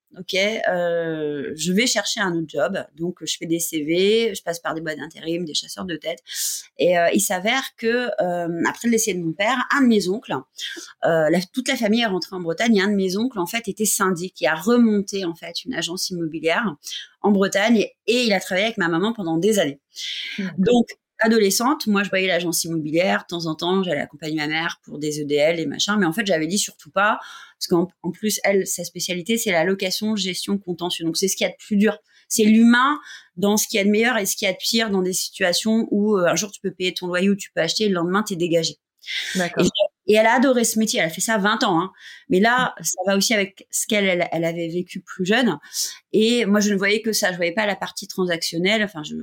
ok, euh, je vais chercher un autre job. Donc, je fais des C V, je passe par des boîtes d'intérim, des chasseurs de tête. Et euh, il s'avère que euh, après le décès de mon père, un de mes oncles, euh, la, toute la famille est rentrée en Bretagne. Et un de mes oncles, en fait, était syndic, qui a remonté en fait une agence immobilière en Bretagne, et, et il a travaillé avec ma maman pendant des années. Mmh. Donc, adolescente, moi, je voyais l'agence immobilière. De temps en temps, j'allais accompagner ma mère pour des E D L et machin. Mais en fait, j'avais dit surtout pas, parce qu'en en plus, elle, sa spécialité, c'est la location, gestion, contentieux. Donc, c'est ce qu'il y a de plus dur. C'est l'humain dans ce qu'il y a de meilleur et ce qu'il y a de pire dans des situations où euh, un jour, tu peux payer ton loyer ou tu peux acheter, et le lendemain, t'es dégagé. D'accord. Et, et elle a adoré ce métier. Elle a fait ça vingt ans. Hein. Mais là, ça va aussi avec ce qu'elle elle, elle avait vécu plus jeune. Et moi, je ne voyais que ça. Je voyais pas la partie transactionnelle. Enfin, je...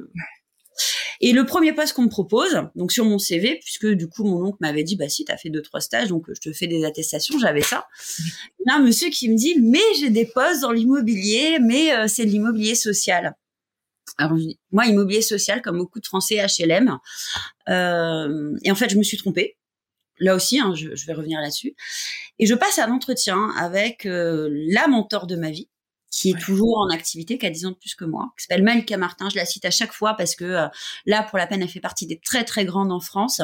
Et le premier poste qu'on me propose, donc sur mon C V, puisque du coup mon oncle m'avait dit, bah si, t'as fait deux trois stages, donc je te fais des attestations, j'avais ça. Là, un monsieur qui me dit, mais j'ai des postes dans l'immobilier, mais euh, c'est de l'immobilier social. Alors moi, immobilier social, comme beaucoup de Français, H L M. Euh, et en fait, je me suis trompée. Là aussi, hein, je, je vais revenir là-dessus. Et je passe un entretien avec euh, la mentor de ma vie, qui est ouais. toujours en activité, qui a dix ans de plus que moi, qui s'appelle Malika Martin. Je la cite à chaque fois parce que euh, là, pour la peine, elle fait partie des très, très grandes en France,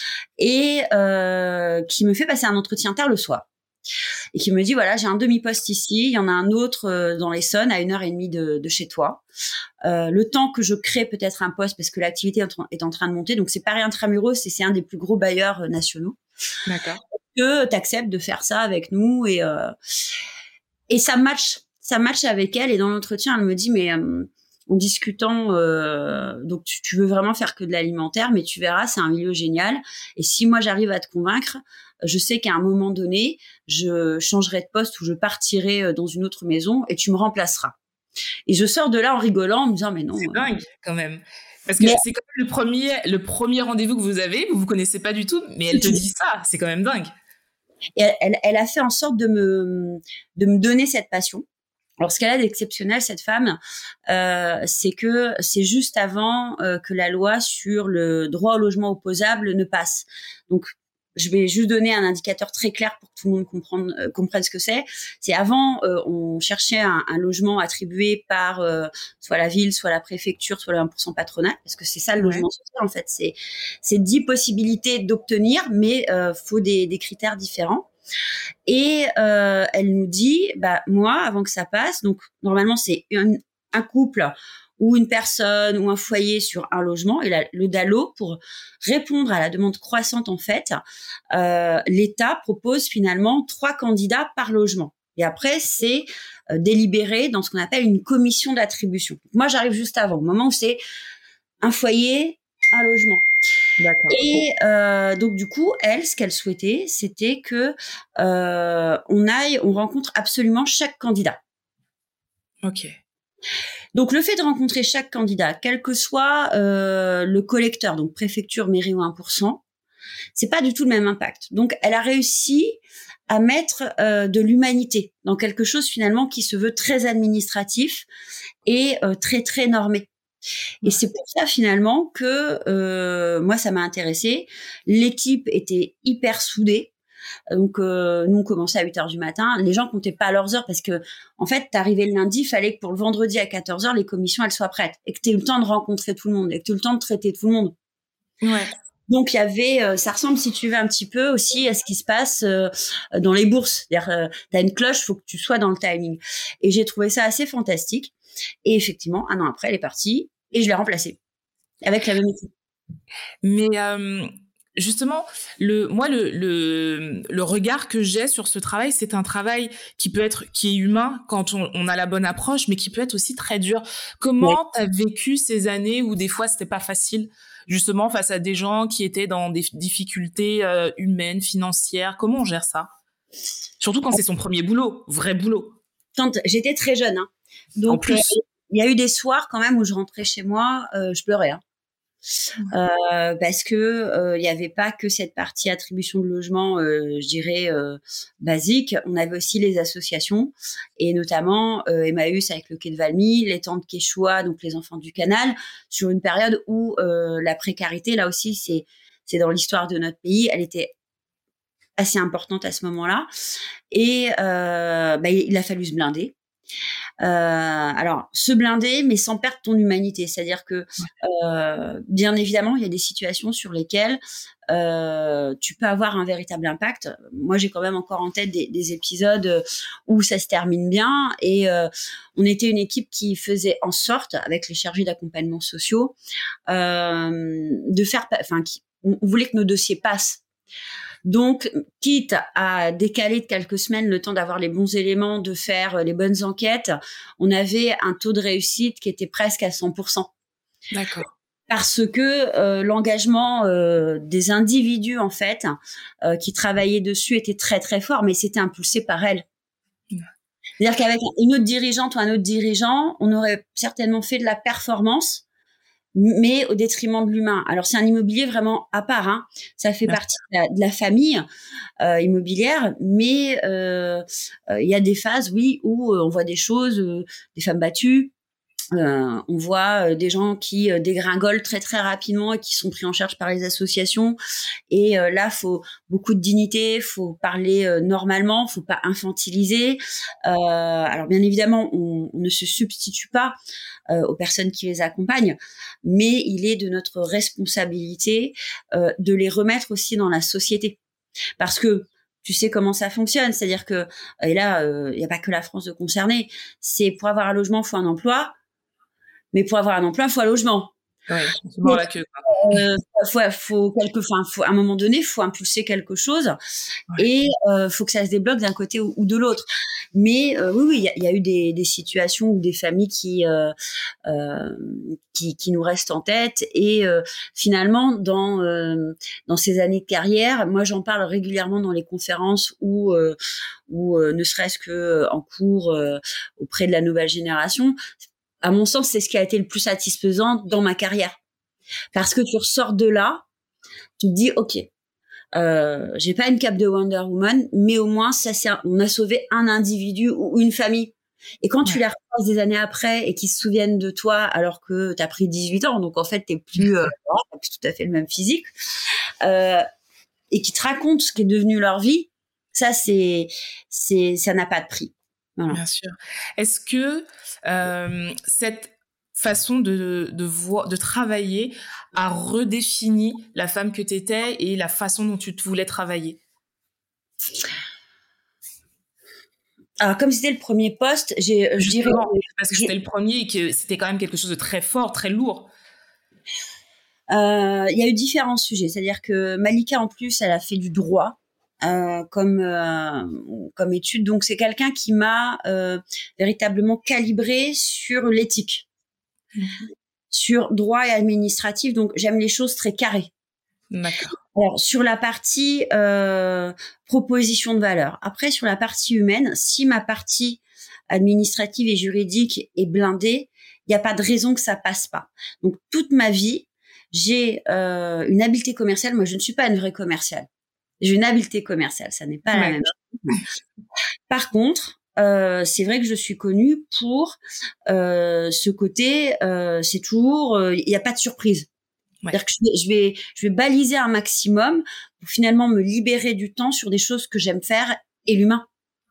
et euh, qui me fait passer un entretien tard le soir. Et qui me dit, voilà, j'ai un demi-poste ici, il y en a un autre euh, dans l'Essonne, à une heure et demie de, de chez toi. Euh, le temps que je crée peut-être un poste, parce que l'activité est en, est en train de monter, donc c'est Paris Intramuros, et c'est un des plus gros bailleurs euh, nationaux. D'accord. Que tu acceptes de faire ça avec nous, et, euh, et ça match. Ça match avec elle, et dans l'entretien, elle me dit, mais euh, en discutant, euh, donc tu, tu veux vraiment faire que de l'alimentaire, mais tu verras, c'est un milieu génial. Et si moi j'arrive à te convaincre, je sais qu'à un moment donné, je changerai de poste ou je partirai dans une autre maison et tu me remplaceras. Et je sors de là en rigolant, en me disant, mais non. C'est euh... dingue quand même. Parce que mais... c'est quand même le premier, le premier rendez-vous que vous avez, vous vous connaissez pas du tout, mais elle te dit ça, c'est quand même dingue. Et elle, elle, elle a fait en sorte de me, de me donner cette passion. Alors, ce qu'elle a d'exceptionnel, cette femme, euh, c'est que c'est juste avant euh, que la loi sur le droit au logement opposable ne passe. Donc, je vais juste donner un indicateur très clair pour que tout le monde comprenne, euh, comprenne ce que c'est. C'est avant, euh, on cherchait un, un logement attribué par euh, soit la ville, soit la préfecture, soit le un pour cent patronat, parce que c'est ça le ouais. logement social, en fait. C'est, c'est dix possibilités d'obtenir, mais euh, faut des, des critères différents. Et euh, elle nous dit, bah moi, avant que ça passe, donc normalement c'est un, un couple ou une personne ou un foyer sur un logement, et la, le D A L O, pour répondre à la demande croissante en fait, euh, l'État propose finalement trois candidats par logement. Et après c'est euh, délibéré dans ce qu'on appelle une commission d'attribution. Moi j'arrive juste avant, au moment où c'est un foyer, un logement. D'accord. Et euh, donc du coup, elle, ce qu'elle souhaitait, c'était que euh, on aille, on rencontre absolument chaque candidat. Ok. Donc le fait de rencontrer chaque candidat, quel que soit euh, le collecteur, donc préfecture, mairie ou un pour cent, c'est pas du tout le même impact. Donc elle a réussi à mettre euh, de l'humanité dans quelque chose finalement qui se veut très administratif et euh, très très normé. Et c'est pour ça finalement que euh, moi ça m'a intéressée. L'équipe était hyper soudée. Donc euh, nous on commençait à huit heures du matin. Les gens comptaient pas leurs heures parce que en fait t'arrivais le lundi, il fallait que pour le vendredi à quatorze heures les commissions elles soient prêtes et que t'aies eu le temps de rencontrer tout le monde et que t'aies eu le temps de traiter tout le monde. Ouais. Donc il y avait, euh, ça ressemble si tu veux un petit peu aussi à ce qui se passe euh, dans les bourses. C'est-à-dire euh, t'as une cloche, faut que tu sois dans le timing. Et j'ai trouvé ça assez fantastique. Et effectivement un an après elle est partie. Et je l'ai remplacée avec la même équipe. Mais euh, justement, le, moi, le, le, le regard que j'ai sur ce travail, c'est un travail qui peut être, qui est humain quand on, on a la bonne approche, mais qui peut être aussi très dur. Comment tu as vécu ces années où des fois c'était pas facile, justement face à des gens qui étaient dans des difficultés euh, humaines, financières? Comment on gère ça? Surtout quand c'est son premier boulot, vrai boulot. Quand j'étais très jeune, hein. Donc. En plus. Euh, il y a eu des soirs quand même où je rentrais chez moi, euh, je pleurais, hein. Euh, parce que euh, il y avait pas que cette partie attribution de logement, euh, je dirais euh, basique. On avait aussi les associations et notamment euh, Emmaüs avec le Quai de Valmy, les Tantes Quechua, donc les enfants du canal, sur une période où euh, la précarité, là aussi, c'est c'est dans l'histoire de notre pays, elle était assez importante à ce moment-là. Et euh, bah, il a fallu se blinder. Euh, alors, se blinder, mais sans perdre ton humanité. C'est-à-dire que, euh, bien évidemment, il y a des situations sur lesquelles euh, tu peux avoir un véritable impact. Moi, j'ai quand même encore en tête des, des épisodes où ça se termine bien. Et euh, on était une équipe qui faisait en sorte, avec les chargés d'accompagnement sociaux, euh, de faire, enfin, qui, on voulait que nos dossiers passent. Donc, quitte à décaler de quelques semaines le temps d'avoir les bons éléments, de faire les bonnes enquêtes, on avait un taux de réussite qui était presque à cent pour cent. D'accord. Parce que euh, l'engagement euh, des individus, en fait, euh, qui travaillaient dessus était très, très fort, mais c'était impulsé par elles. Ouais. C'est-à-dire qu'avec une autre dirigeante ou un autre dirigeant, on aurait certainement fait de la performance, mais au détriment de l'humain. Alors, c'est un immobilier vraiment à part, hein. Ça fait Merci. partie de la, de la famille euh, immobilière, mais il euh, euh, y a des phases, oui, où euh, on voit des choses, euh, des femmes battues, euh, on voit euh, des gens qui euh, dégringolent très, très rapidement et qui sont pris en charge par les associations. Et euh, là, faut beaucoup de dignité, faut parler euh, normalement, faut pas infantiliser. Euh, alors, bien évidemment, on, on ne se substitue pas Euh, aux personnes qui les accompagnent, mais il est de notre responsabilité euh, de les remettre aussi dans la société. Parce que tu sais comment ça fonctionne, c'est-à-dire que, et là, il euh, n'y a pas que la France de concernée, c'est pour avoir un logement, il faut un emploi, mais pour avoir un emploi, il faut un logement. Ouais, c'est mort la queue. Euh, faut, faut quelque, enfin, faut à un moment donné, faut impulser quelque chose, ouais. et euh, faut que ça se débloque d'un côté ou, ou de l'autre. Mais euh, oui, oui, il y a, y a eu des, des situations ou des familles qui, euh, euh, qui, qui nous restent en tête. Et euh, finalement, dans euh, dans ces années de carrière, moi, j'en parle régulièrement dans les conférences ou euh, ou euh, ne serait-ce que en cours euh, auprès de la nouvelle génération. À mon sens, c'est ce qui a été le plus satisfaisant dans ma carrière. Parce que tu ressors de là, tu te dis, OK, euh, j'ai pas une cape de Wonder Woman, mais au moins, ça, c'est un, on a sauvé un individu ou une famille. Et quand ouais. tu les recroises des années après et qu'ils se souviennent de toi alors que t'as pris dix-huit ans, donc en fait, t'es plus, euh, t'as plus tout à fait le même physique, euh, et qui te racontent ce qui est devenu leur vie, ça, c'est, c'est, ça n'a pas de prix. Voilà. Bien sûr. Est-ce que euh, cette façon de, de, voir, de travailler a redéfini la femme que tu étais et la façon dont tu te voulais travailler? Alors, comme c'était le premier poste, j'ai, je dirais... Parce que c'était le premier et que c'était quand même quelque chose de très fort, très lourd. Il euh, y a eu différents sujets. C'est-à-dire que Malika, en plus, elle a fait du droit. Euh, comme euh, comme étude, donc c'est quelqu'un qui m'a euh, véritablement calibré sur l'éthique, mmh. sur droit et administratif. Donc j'aime les choses très carrées. D'accord. Alors sur la partie euh, proposition de valeur. Après sur la partie humaine, si ma partie administrative et juridique est blindée, il n'y a pas de raison que ça passe pas. Donc toute ma vie, j'ai euh, une habileté commerciale. Moi, je ne suis pas une vraie commerciale. J'ai une habileté commerciale, ça n'est pas ouais. la même chose. Par contre, euh, c'est vrai que je suis connue pour euh, ce côté, euh, c'est toujours, il euh, n'y a pas de surprise. Ouais. C'est-à-dire que je vais, je vais, je vais baliser un maximum pour finalement me libérer du temps sur des choses que j'aime faire et l'humain.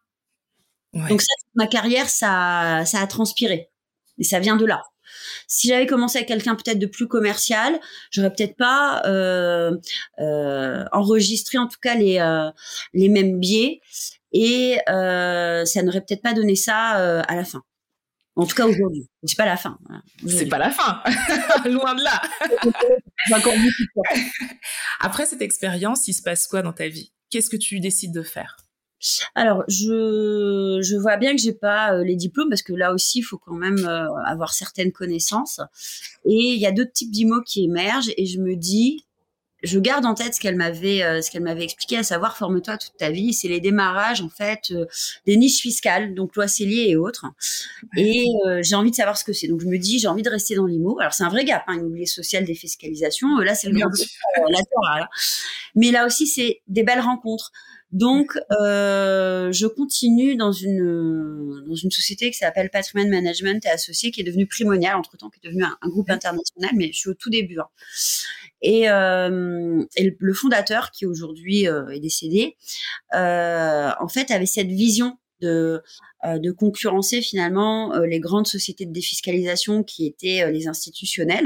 Ouais. Donc ça, ma carrière, ça, ça a transpiré et ça vient de là. Si j'avais commencé avec quelqu'un peut-être de plus commercial, j'aurais peut-être pas euh, euh, enregistré en tout cas les euh, les mêmes biais et euh, ça n'aurait peut-être pas donné ça euh, à la fin. En tout cas aujourd'hui, c'est pas la fin. Voilà. C'est pas la fin, loin de là. Encore beaucoup de temps. Après cette expérience, il se passe quoi dans ta vie? Qu'est-ce que tu décides de faire? Alors, je je vois bien que j'ai pas euh, les diplômes parce que là aussi, il faut quand même euh, avoir certaines connaissances. Et il y a d'autres types d'I M O qui émergent et je me dis, je garde en tête ce qu'elle m'avait euh, ce qu'elle m'avait expliqué, à savoir forme-toi toute ta vie. C'est les démarrages en fait euh, des niches fiscales, donc loi Cellier et autres. Et euh, j'ai envie de savoir ce que c'est. Donc je me dis, j'ai envie de rester dans l'I M O. Alors c'est un vrai gap, hein, immobilier social, défiscalisation. Là c'est le grand euh, latéral. Mais là aussi c'est des belles rencontres. Donc, euh, je continue dans une dans une société qui s'appelle Patrimoine Management et Associés, qui est devenue Primonial entre-temps, qui est devenu un, un groupe international, mais je suis au tout début. Hein. Et, euh, et le fondateur, qui aujourd'hui euh, est décédé, euh, en fait, avait cette vision de, euh, de concurrencer finalement euh, les grandes sociétés de défiscalisation qui étaient euh, les institutionnelles.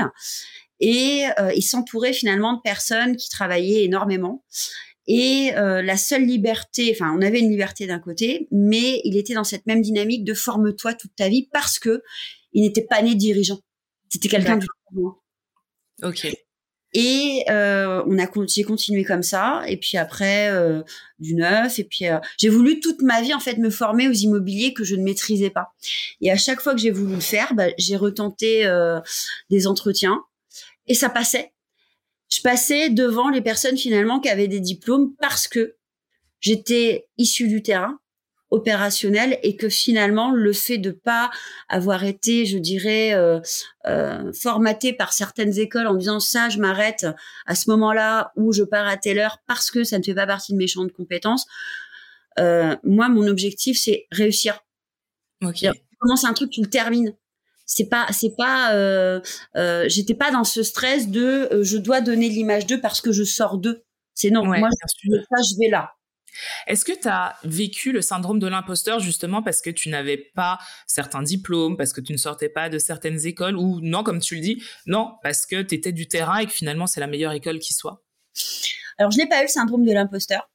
Et euh, il s'entourait finalement de personnes qui travaillaient énormément. Et euh, la seule liberté, enfin, on avait une liberté d'un côté, mais il était dans cette même dynamique de forme-toi toute ta vie parce que il n'était pas né dirigeant. C'était quelqu'un du mouvement. Ok. Et euh, on a j'ai continué comme ça. Et puis après euh, du neuf. Et puis euh, j'ai voulu toute ma vie en fait me former aux immobiliers que je ne maîtrisais pas. Et à chaque fois que j'ai voulu le faire, bah, j'ai retenté euh, des entretiens et ça passait. Je passais devant les personnes finalement qui avaient des diplômes parce que j'étais issue du terrain opérationnel et que finalement le fait de pas avoir été, je dirais, euh, euh, formatée par certaines écoles en disant ça, je m'arrête à ce moment-là ou je pars à telle heure parce que ça ne fait pas partie de mes champs de compétences. Euh, moi, mon objectif, c'est réussir. Ok. Tu commences un truc, tu le termines. C'est pas, c'est pas, euh, euh, j'étais pas dans ce stress de, euh, je dois donner l'image d'eux parce que je sors d'eux. C'est non, Ouais, moi, je, ça, je vais là. Est-ce que tu as vécu le syndrome de l'imposteur justement parce que tu n'avais pas certains diplômes, parce que tu ne sortais pas de certaines écoles ou non, comme tu le dis, non, parce que tu étais du terrain et que finalement, c'est la meilleure école qui soit? Alors, je n'ai pas eu le syndrome de l'imposteur.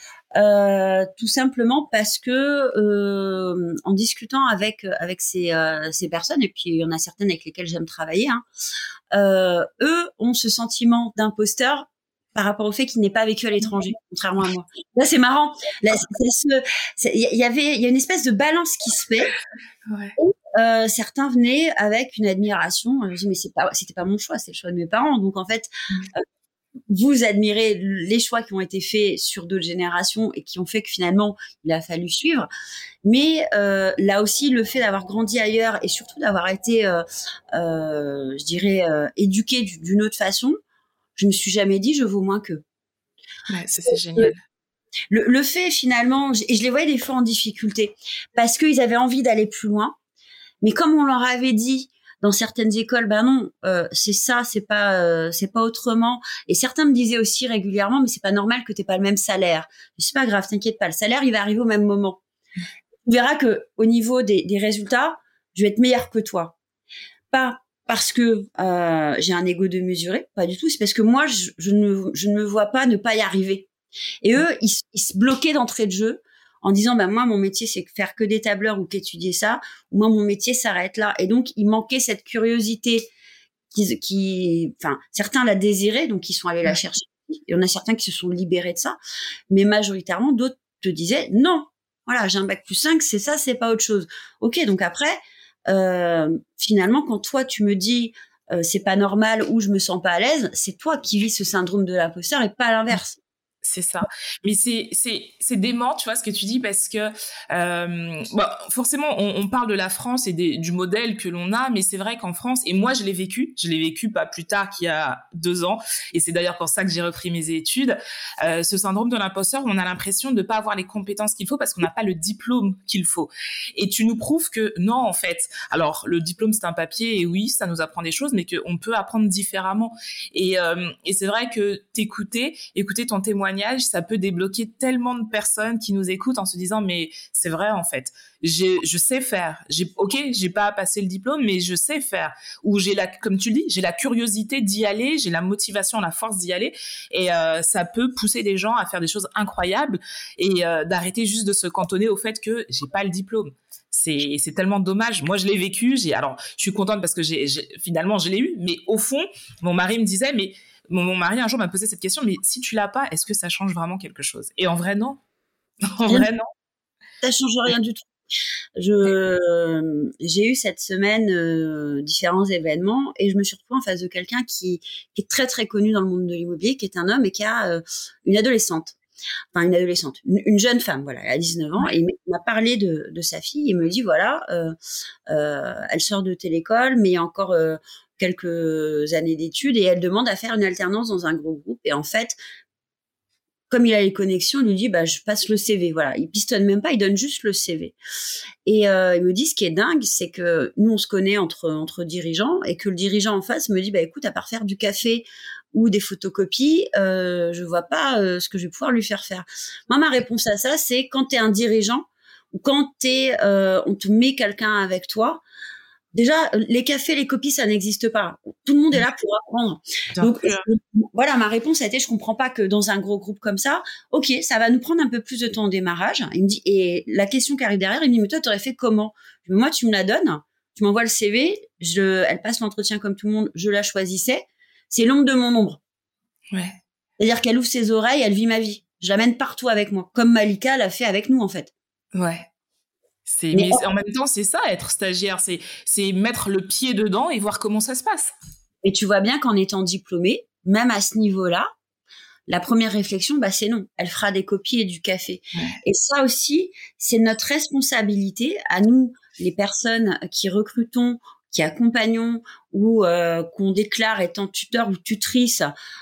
Euh, tout simplement parce que euh, en discutant avec avec ces euh, ces personnes, et puis il y en a certaines avec lesquelles j'aime travailler, hein, euh, eux ont ce sentiment d'imposteur par rapport au fait qu'ils n'aient pas vécu à l'étranger, contrairement à moi. Là, c'est marrant. Là, il y avait il y a une espèce de balance qui se fait. Ouais. Et, euh, certains venaient avec une admiration. Je dis mais c'est pas c'était pas mon choix, c'est le choix de mes parents. Donc en fait. Euh, vous admirez les choix qui ont été faits sur d'autres générations et qui ont fait que finalement il a fallu suivre, mais euh, là aussi le fait d'avoir grandi ailleurs et surtout d'avoir été euh, euh, je dirais euh, éduqué d'une autre façon, je me suis jamais dit je vaux moins qu'eux. Ouais, ça c'est génial. Le, le fait finalement, et je les voyais des fois en difficulté parce qu'ils avaient envie d'aller plus loin, mais comme on leur avait dit dans certaines écoles, ben non, euh, c'est ça, c'est pas, euh, c'est pas autrement. Et certains me disaient aussi régulièrement, mais c'est pas normal que t'aies pas le même salaire. C'est pas grave, t'inquiète pas, le salaire il va arriver au même moment. Tu verras que au niveau des, des résultats, je vais être meilleure que toi. Pas parce que euh, j'ai un ego de mesurer, pas du tout. C'est parce que moi, je, je ne, je ne me vois pas ne pas y arriver. Et eux, ils, ils se bloquaient d'entrée de jeu. En disant, ben moi, mon métier, c'est faire que des tableurs ou qu'étudier ça. Ou moi, mon métier s'arrête là. Et donc, il manquait cette curiosité qui, qui, enfin, certains la désiraient, donc ils sont allés la chercher. Il y en a certains qui se sont libérés de ça. Mais majoritairement, d'autres te disaient, non, voilà, j'ai un bac plus cinq, c'est ça, c'est pas autre chose. Ok, donc après, euh, finalement, quand toi, tu me dis, euh, c'est pas normal ou je me sens pas à l'aise, c'est toi qui vis ce syndrome de l'imposteur et pas l'inverse. C'est ça. Mais c'est, c'est, c'est dément, tu vois, ce que tu dis, parce que, euh, bah, forcément, on, on parle de la France et des, du modèle que l'on a, mais c'est vrai qu'en France, et moi, je l'ai vécu, je l'ai vécu pas plus tard qu'il y a deux ans, et c'est d'ailleurs pour ça que j'ai repris mes études, euh, ce syndrome de l'imposteur, où on a l'impression de pas avoir les compétences qu'il faut parce qu'on n'a pas le diplôme qu'il faut. Et tu nous prouves que non, en fait. Alors, le diplôme, c'est un papier, et oui, ça nous apprend des choses, mais qu'on peut apprendre différemment. Et, euh, et c'est vrai que t'écouter, écouter ton témoignage, ça peut débloquer tellement de personnes qui nous écoutent en se disant mais c'est vrai en fait, j'ai, je sais faire, j'ai, ok, j'ai pas passé le diplôme mais je sais faire, ou j'ai la, comme tu le dis, j'ai la curiosité d'y aller, j'ai la motivation, la force d'y aller, et euh, ça peut pousser des gens à faire des choses incroyables et euh, d'arrêter juste de se cantonner au fait que j'ai pas le diplôme. C'est, c'est tellement dommage. Moi, je l'ai vécu. J'ai, alors, je suis contente parce que j'ai, j'ai, finalement, je l'ai eu. Mais au fond, mon mari me disait, mais mon, mon mari un jour m'a posé cette question, mais si tu l'as pas, est-ce que ça change vraiment quelque chose? Et en vrai, non. En vrai, non. Ça change rien du tout. Je, euh, j'ai eu cette semaine euh, différents événements et je me suis retrouvée en face de quelqu'un qui, qui est très très connu dans le monde de l'immobilier, qui est un homme et qui a euh, une adolescente. Enfin, une adolescente, une, une jeune femme, voilà, elle a dix-neuf ans, et il m'a parlé de, de sa fille, il me dit, voilà, euh, euh, elle sort de telle école, mais il y a encore euh, quelques années d'études, et elle demande à faire une alternance dans un gros groupe, et en fait, comme il a les connexions, il lui dit, bah, je passe le C V, voilà, il pistonne même pas, il donne juste le C V. Et euh, il me dit, ce qui est dingue, c'est que nous, on se connaît entre, entre dirigeants, et que le dirigeant en face me dit, bah, écoute, à part faire du café ou des photocopies, euh, je vois pas euh, ce que je vais pouvoir lui faire faire. Moi, ma réponse à ça, c'est quand tu es un dirigeant, quand t'es, euh, on te met quelqu'un avec toi, déjà, les cafés, les copies, ça n'existe pas. Tout le monde est là pour apprendre. Bien Donc, sûr. voilà, ma réponse a été, je comprends pas que dans un gros groupe comme ça, ok, ça va nous prendre un peu plus de temps au démarrage. Il me dit, et la question qui arrive derrière, il me dit, mais toi, t'aurais fait comment? Je dis, moi, tu me la donnes, tu m'envoies le C V, je, elle passe l'entretien comme tout le monde, je la choisissais. C'est l'ombre de mon ombre. Ouais. C'est-à-dire qu'elle ouvre ses oreilles, elle vit ma vie. Je l'amène partout avec moi, comme Malika l'a fait avec nous, en fait. Ouais. C'est, Mais, mais en même temps, c'est ça, être stagiaire, c'est, c'est mettre le pied dedans et voir comment ça se passe. Et tu vois bien qu'en étant diplômée, même à ce niveau-là, la première réflexion, bah, c'est non. Elle fera des copies et du café. Ouais. Et ça aussi, c'est notre responsabilité à nous, les personnes qui recrutons, qui accompagnons ou euh, qu'on déclare étant tuteur ou tutrice,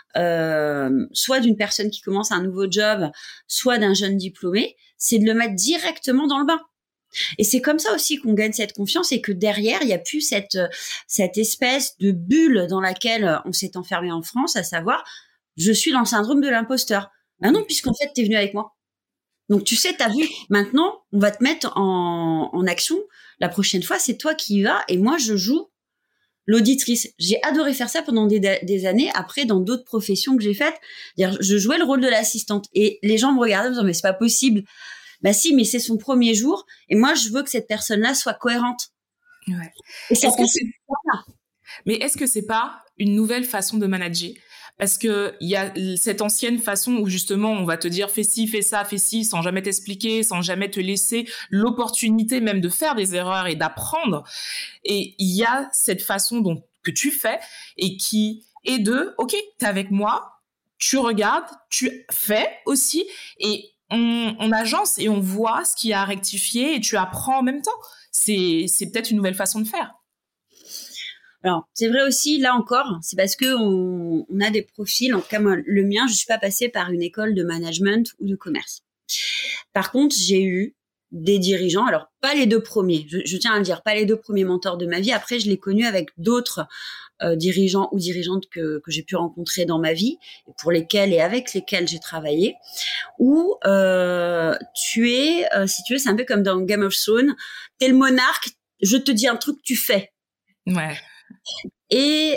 euh, soit d'une personne qui commence un nouveau job, soit d'un jeune diplômé, c'est de le mettre directement dans le bain. Et c'est comme ça aussi qu'on gagne cette confiance et que derrière, il n'y a plus cette, cette espèce de bulle dans laquelle on s'est enfermé en France, à savoir, je suis dans le syndrome de l'imposteur. Ben non, puisqu'en fait, t'es venu avec moi. Donc, tu sais, t'as vu, maintenant, on va te mettre en, en action. La prochaine fois, c'est toi qui y vas et moi, je joue l'auditrice. J'ai adoré faire ça pendant des, des années. Après, dans d'autres professions que j'ai faites, je jouais le rôle de l'assistante et les gens me regardaient en me disant, mais c'est pas possible. Bah si, mais c'est son premier jour et moi je veux que cette personne-là soit cohérente. Ouais. Et ça est-ce que c'est... Mais est-ce que c'est pas une nouvelle façon de manager? Parce que il y a cette ancienne façon où justement on va te dire fais ci, fais ça, fais ci, sans jamais t'expliquer, sans jamais te laisser l'opportunité même de faire des erreurs et d'apprendre. Et il y a cette façon dont que tu fais et qui est de ok, t'es avec moi, tu regardes, tu fais aussi et On, on agence et on voit ce qu'il y a à rectifier et tu apprends en même temps. C'est, c'est peut-être une nouvelle façon de faire. Alors, c'est vrai aussi, là encore, c'est parce que on, on a des profils, en tout cas moi, le mien, je suis pas passée par une école de management ou de commerce. Par contre, j'ai eu des dirigeants, alors pas les deux premiers, je, je tiens à le dire, pas les deux premiers mentors de ma vie. Après, je l'ai connu avec d'autres euh, dirigeants ou dirigeantes que, que j'ai pu rencontrer dans ma vie, et pour lesquels et avec lesquels j'ai travaillé, où euh, tu es, euh, si tu veux, c'est un peu comme dans Game of Thrones, t'es le monarque, je te dis un truc, tu fais. Ouais. Et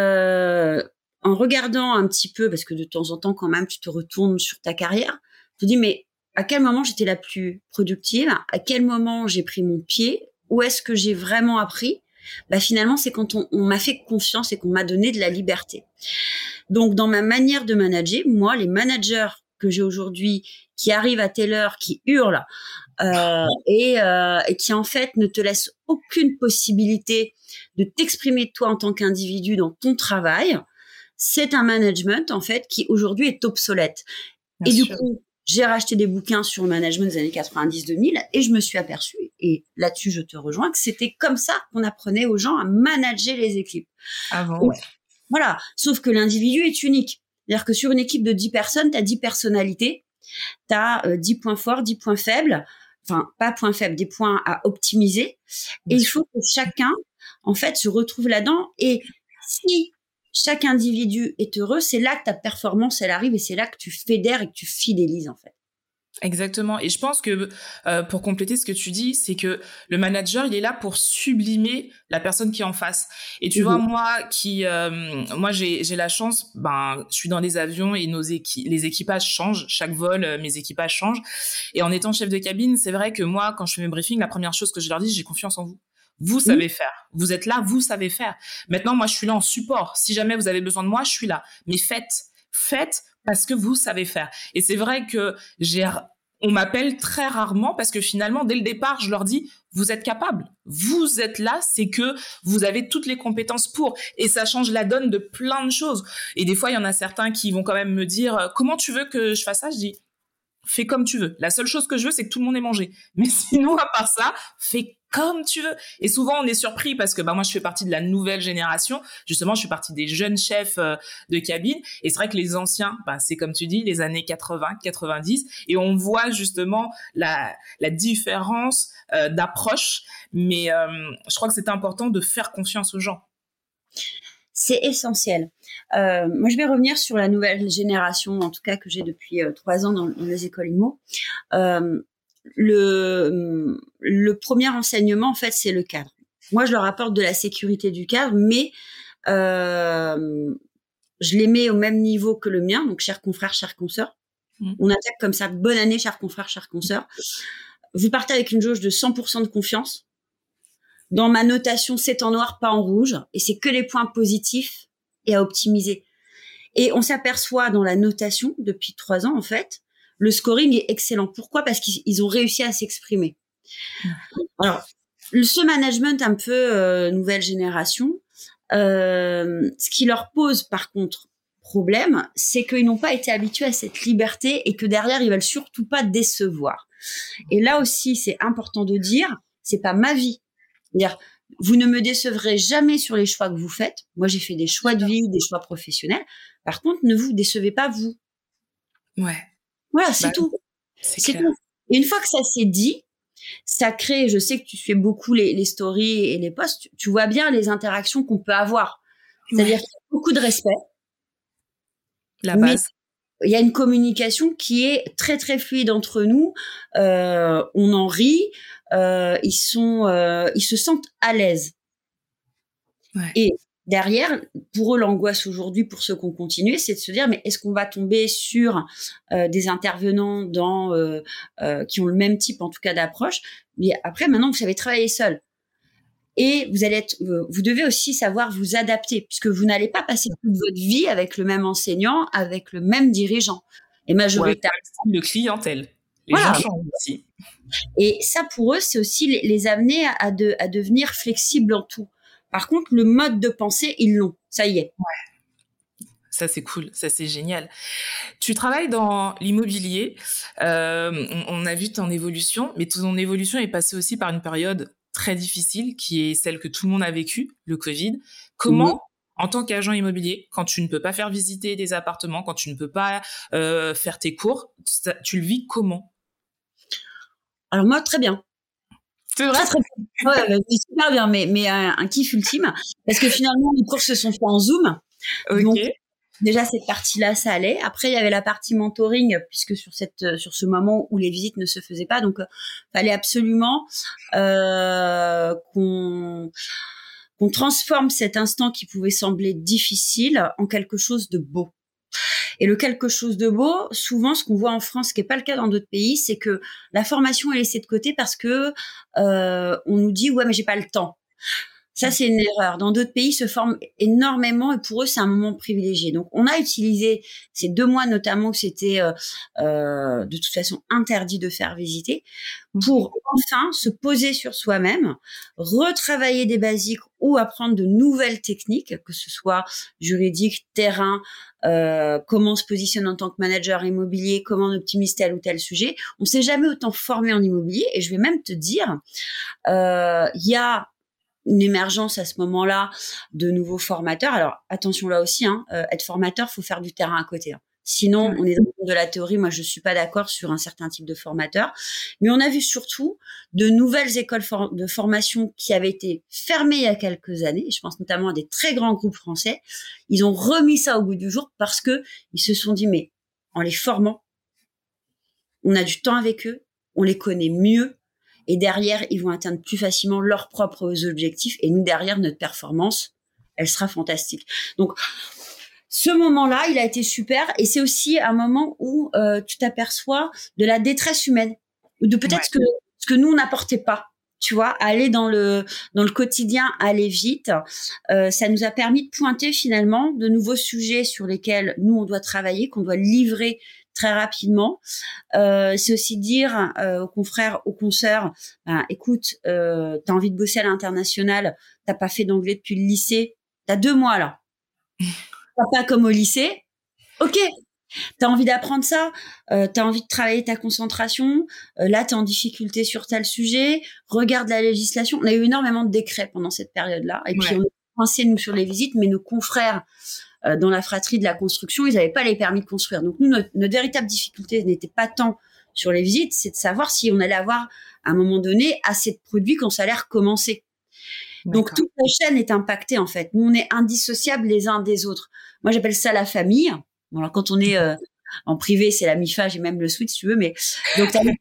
euh, en regardant un petit peu, parce que de temps en temps, quand même, tu te retournes sur ta carrière, tu te dis, mais à quel moment j'étais la plus productive? À quel moment j'ai pris mon pied? Où est-ce que j'ai vraiment appris? Bah finalement, c'est quand on, on m'a fait confiance et qu'on m'a donné de la liberté. Donc, dans ma manière de manager, moi, les managers que j'ai aujourd'hui, qui arrivent à telle heure, qui hurlent, euh, et, euh, et qui en fait ne te laissent aucune possibilité de t'exprimer toi en tant qu'individu dans ton travail, c'est un management en fait qui aujourd'hui est obsolète. Bien et sûr. Du coup, j'ai racheté des bouquins sur le management des années quatre-vingt-dix deux mille et je me suis aperçue, et là-dessus je te rejoins, que c'était comme ça qu'on apprenait aux gens à manager les équipes. Avant, et, ouais. Voilà, sauf que l'individu est unique. C'est-à-dire que sur une équipe de dix personnes, tu as dix personnalités, tu as euh, dix points forts, dix points faibles, enfin pas points faibles, des points à optimiser. Bien et sûr. Il faut que chacun en fait se retrouve là-dedans, et si chaque individu est heureux, c'est là que ta performance elle arrive et c'est là que tu fédères et que tu fidélises en fait. Exactement. Et je pense que euh, pour compléter ce que tu dis, c'est que le manager, il est là pour sublimer la personne qui est en face. Et tu mmh. vois, moi qui, euh, moi j'ai j'ai la chance, ben je suis dans les avions et nos équi- les équipages changent. Chaque vol, euh, mes équipages changent. Et en étant chef de cabine, c'est vrai que moi, quand je fais mes briefings, la première chose que je leur dis, j'ai confiance en vous. Vous savez mmh. faire. Vous êtes là, vous savez faire. Maintenant, moi, je suis là en support. Si jamais vous avez besoin de moi, je suis là. Mais faites, faites. Parce que vous savez faire. Et c'est vrai que j'ai, on m'appelle très rarement parce que finalement, dès le départ, je leur dis, vous êtes capable. Vous êtes là, c'est que vous avez toutes les compétences pour. Et ça change la donne de plein de choses. Et des fois, il y en a certains qui vont quand même me dire, comment tu veux que je fasse ça? Je dis, fais comme tu veux. La seule chose que je veux, c'est que tout le monde ait mangé. Mais sinon, à part ça, fais comme tu veux. Et souvent, on est surpris parce que bah moi, je fais partie de la nouvelle génération. Justement, je suis partie des jeunes chefs euh, de cabine. Et c'est vrai que les anciens, bah, c'est comme tu dis, les années quatre-vingts, quatre-vingt-dix. Et on voit justement la, la différence euh, d'approche. Mais euh, je crois que c'est important de faire confiance aux gens. C'est essentiel. Euh, moi, je vais revenir sur la nouvelle génération, en tout cas que j'ai depuis euh, trois ans dans, dans les écoles I M O. Euh, le, le premier enseignement, en fait, c'est le cadre. Moi, je leur apporte de la sécurité du cadre, mais euh, je les mets au même niveau que le mien, donc chers confrères, chers consoeurs. Mmh. On attaque comme ça, bonne année, chers confrères, chers consoeurs. Vous partez avec une jauge de cent pour cent de confiance. Dans ma notation, c'est en noir, pas en rouge, et c'est que les points positifs et à optimiser. Et on s'aperçoit dans la notation, depuis trois ans en fait, le scoring est excellent. Pourquoi ? Parce qu'ils ont réussi à s'exprimer. Mmh. Alors, ce management un peu euh, nouvelle génération, euh, ce qui leur pose par contre problème, c'est qu'ils n'ont pas été habitués à cette liberté et que derrière, ils veulent surtout pas décevoir. Et là aussi, c'est important de dire, c'est pas ma vie. C'est-à-dire, vous ne me décevrez jamais sur les choix que vous faites. Moi, j'ai fait des choix de vie, des choix professionnels. Par contre, ne vous décevez pas vous. Ouais. Voilà, c'est bah, tout. C'est, c'est clair. tout. Et une fois que ça s'est dit, ça crée, je sais que tu fais beaucoup les, les stories et les posts, tu, tu vois bien les interactions qu'on peut avoir. C'est-à-dire ouais. qu'il y a beaucoup de respect. La base. Il y a une communication qui est très, très fluide entre nous. Euh, on en rit. Euh, ils sont, euh, ils se sentent à l'aise. Ouais. Et derrière, pour eux, l'angoisse aujourd'hui, pour ceux qui ont continué, c'est de se dire, mais est-ce qu'on va tomber sur euh, des intervenants dans, euh, euh, qui ont le même type, en tout cas, d'approche. Mais après, maintenant, vous savez travailler seul. Et vous allez être, vous devez aussi savoir vous adapter, puisque vous n'allez pas passer toute votre vie avec le même enseignant, avec le même dirigeant. Et majoritairement. Ouais, le clientèle. Les voilà. gens changent aussi. Et ça, pour eux, c'est aussi les, les amener à, de, à devenir flexibles en tout. Par contre, le mode de pensée, ils l'ont. Ça y est. Ouais. Ça, c'est cool. Ça, c'est génial. Tu travailles dans l'immobilier. Euh, on, on a vu ton évolution, mais ton évolution est passée aussi par une période très difficile, qui est celle que tout le monde a vécue, le Covid. Comment, mmh. en tant qu'agent immobilier, quand tu ne peux pas faire visiter des appartements, quand tu ne peux pas euh, faire tes cours, tu le vis comment ? Alors moi, très bien. C'est vrai ? Très, très bien. Ouais, bah, c'est super bien, mais, mais un, un kiff ultime. Parce que finalement, les cours se sont faits en Zoom. Ok. Donc, déjà, cette partie-là, ça allait. Après, il y avait la partie mentoring, puisque sur cette, sur ce moment où les visites ne se faisaient pas, donc, euh, fallait absolument euh, qu'on, qu'on transforme cet instant qui pouvait sembler difficile en quelque chose de beau. Et le quelque chose de beau, souvent, ce qu'on voit en France, ce qui n'est pas le cas dans d'autres pays, c'est que la formation est laissée de côté parce que euh, on nous dit ouais, mais j'ai pas le temps. Ça, c'est une erreur. Dans d'autres pays, ils se forment énormément et pour eux, c'est un moment privilégié. Donc, on a utilisé ces deux mois notamment que c'était euh, euh, de toute façon interdit de faire visiter pour enfin se poser sur soi-même, retravailler des basiques ou apprendre de nouvelles techniques, que ce soit juridique, terrain, euh, comment on se positionne en tant que manager immobilier, comment on optimise tel ou tel sujet. On s'est jamais autant formé en immobilier et je vais même te dire, euh, il y a une émergence à ce moment-là de nouveaux formateurs. Alors, attention là aussi, hein, euh, être formateur, faut faire du terrain à côté. Hein. Sinon, on est dans de la théorie. Moi, je suis pas d'accord sur un certain type de formateur. Mais on a vu surtout de nouvelles écoles for- de formation qui avaient été fermées il y a quelques années. Je pense notamment à des très grands groupes français. Ils ont remis ça au goût du jour parce que ils se sont dit, mais en les formant, on a du temps avec eux, on les connaît mieux. Et derrière, ils vont atteindre plus facilement leurs propres objectifs. Et nous, derrière, notre performance, elle sera fantastique. Donc, ce moment-là, il a été super. Et c'est aussi un moment où euh, tu t'aperçois de la détresse humaine. Ou de peut-être ouais. ce, que, ce que nous, on n'apportait pas. Tu vois, aller dans le dans le quotidien, aller vite. Euh, ça nous a permis de pointer finalement de nouveaux sujets sur lesquels nous, on doit travailler, qu'on doit livrer très rapidement. Euh, c'est aussi dire euh, aux confrères, aux consoeurs, ben, écoute, euh, t'as envie de bosser à l'international, t'as pas fait d'anglais depuis le lycée, t'as deux mois là. T'as pas comme au lycée, ok. T'as envie d'apprendre ça, euh, t'as envie de travailler ta concentration, euh, là t'es en difficulté sur tel sujet, regarde la législation. On a eu énormément de décrets pendant cette période-là, et ouais. puis on est coincés nous sur les visites, mais nos confrères dans la fratrie de la construction, ils n'avaient pas les permis de construire. Donc nous, notre, notre véritable difficulté n'était pas tant sur les visites, c'est de savoir si on allait avoir, à un moment donné, assez de produits quand ça allait recommencer. D'accord. Donc toute la chaîne est impactée en fait. Nous, on est indissociables les uns des autres. Moi, j'appelle ça la famille. Bon, alors quand on est euh, en privé, c'est la M I F A, j'ai même le suite si tu veux, mais donc t'as,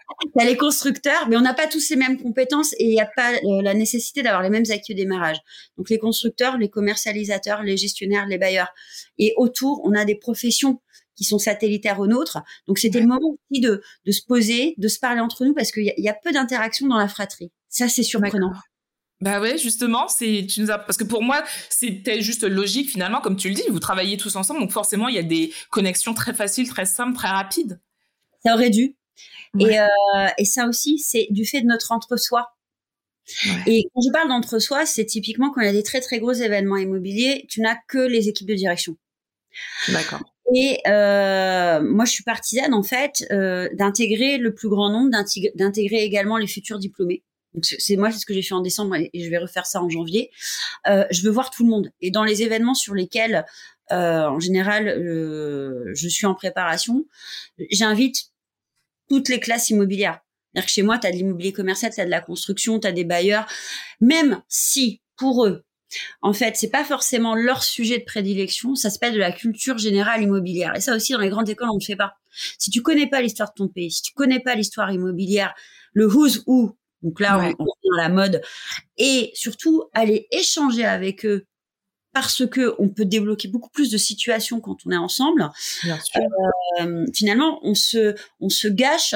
T'as les constructeurs, mais on n'a pas tous les mêmes compétences et il n'y a pas euh, la nécessité d'avoir les mêmes acquis au démarrage. Donc, les constructeurs, les commercialisateurs, les gestionnaires, les bailleurs. Et autour, on a des professions qui sont satellitaires aux nôtres. Donc, c'était le moment aussi de, de se poser, de se parler entre nous parce qu'il y a, il y a peu d'interaction dans la fratrie. Ça, c'est surprenant. D'accord. Bah ouais, justement, c'est tu nous as parce que pour moi, c'était juste logique finalement, comme tu le dis, vous travaillez tous ensemble, donc forcément, il y a des connexions très faciles, très simples, très rapides. Ça aurait dû. Ouais. Et, euh, et ça aussi, c'est du fait de notre entre-soi. Ouais. Et quand je parle d'entre-soi, c'est typiquement quand il y a des très très gros événements immobiliers, tu n'as que les équipes de direction. D'accord. Et euh, moi, je suis partisane en fait euh, d'intégrer le plus grand nombre, d'intégrer, d'intégrer également les futurs diplômés. Donc c'est moi, c'est ce que j'ai fait en décembre et je vais refaire ça en janvier. Euh, je veux voir tout le monde. Et dans les événements sur lesquels, euh, en général, euh, je suis en préparation, j'invite toutes les classes immobilières. C'est-à-dire que chez moi, tu as de l'immobilier commercial, tu as de la construction, tu as des bailleurs. Même si, pour eux, en fait, c'est pas forcément leur sujet de prédilection, ça s'appelle de la culture générale immobilière. Et ça aussi, dans les grandes écoles, on ne le fait pas. Si tu connais pas l'histoire de ton pays, si tu connais pas l'histoire immobilière, le who's who, donc là, ouais. on, on est dans la mode, et surtout, aller échanger avec eux parce que on peut débloquer beaucoup plus de situations quand on est ensemble. Bien sûr. Euh, finalement, on se, on se gâche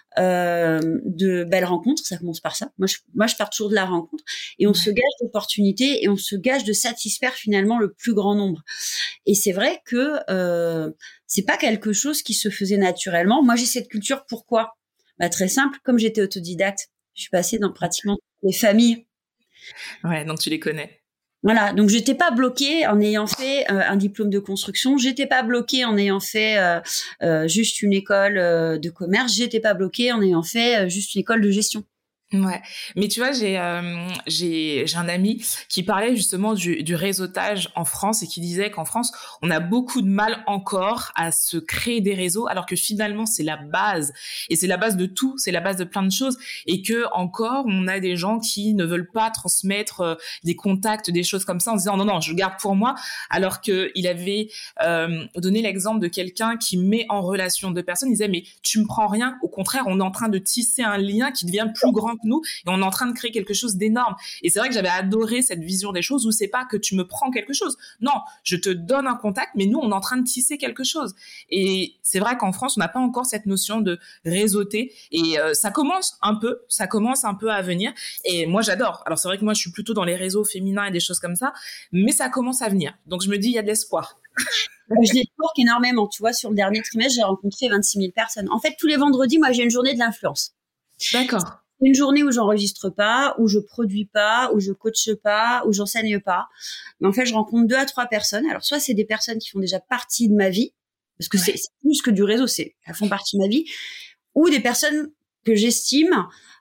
euh, de belles rencontres. Ça commence par ça. Moi, je, moi, je pars toujours de la rencontre et on ouais. se gâche d'opportunités et on se gâche de satisfaire finalement le plus grand nombre. Et c'est vrai que euh, c'est pas quelque chose qui se faisait naturellement. Moi, j'ai cette culture. Pourquoi ? Bah, très simple. Comme j'étais autodidacte, je suis passée dans pratiquement toutes les familles. Ouais, donc tu les connais. Voilà, donc j'étais pas bloquée en ayant fait euh, un diplôme de construction, j'étais pas bloquée en ayant fait euh, euh, juste une école euh, de commerce, j'étais pas bloquée en ayant fait euh, juste une école de gestion. Ouais, mais tu vois, j'ai euh, j'ai j'ai un ami qui parlait justement du du réseautage en France et qui disait qu'en France, on a beaucoup de mal encore à se créer des réseaux, alors que finalement c'est la base et c'est la base de tout, c'est la base de plein de choses, et que encore on a des gens qui ne veulent pas transmettre euh, des contacts, des choses comme ça, en disant non non, je garde pour moi, alors que il avait euh, donné l'exemple de quelqu'un qui met en relation deux personnes. Il disait mais tu me prends rien, au contraire, on est en train de tisser un lien qui devient plus grand que nous et on est en train de créer quelque chose d'énorme. Et c'est vrai que j'avais adoré cette vision des choses où c'est pas que tu me prends quelque chose. Non, je te donne un contact, mais nous, on est en train de tisser quelque chose. Et c'est vrai qu'en France, on n'a pas encore cette notion de réseauter et euh, ça commence un peu, ça commence un peu à venir. Et moi, j'adore. Alors, c'est vrai que moi, je suis plutôt dans les réseaux féminins et des choses comme ça, mais ça commence à venir. Donc, je me dis, il y a de l'espoir. Je network énormément. Tu vois, sur le dernier trimestre, j'ai rencontré vingt-six mille personnes. En fait, tous les vendredis, moi, j'ai une journée de l'influence. D'accord. Une journée où j'enregistre pas, où je produis pas, où je coache pas, où j'enseigne pas. Mais en fait, je rencontre deux à trois personnes. Alors, soit c'est des personnes qui font déjà partie de ma vie, parce que ouais. c'est, c'est plus que du réseau, c'est, elles font partie de ma vie, ou des personnes que j'estime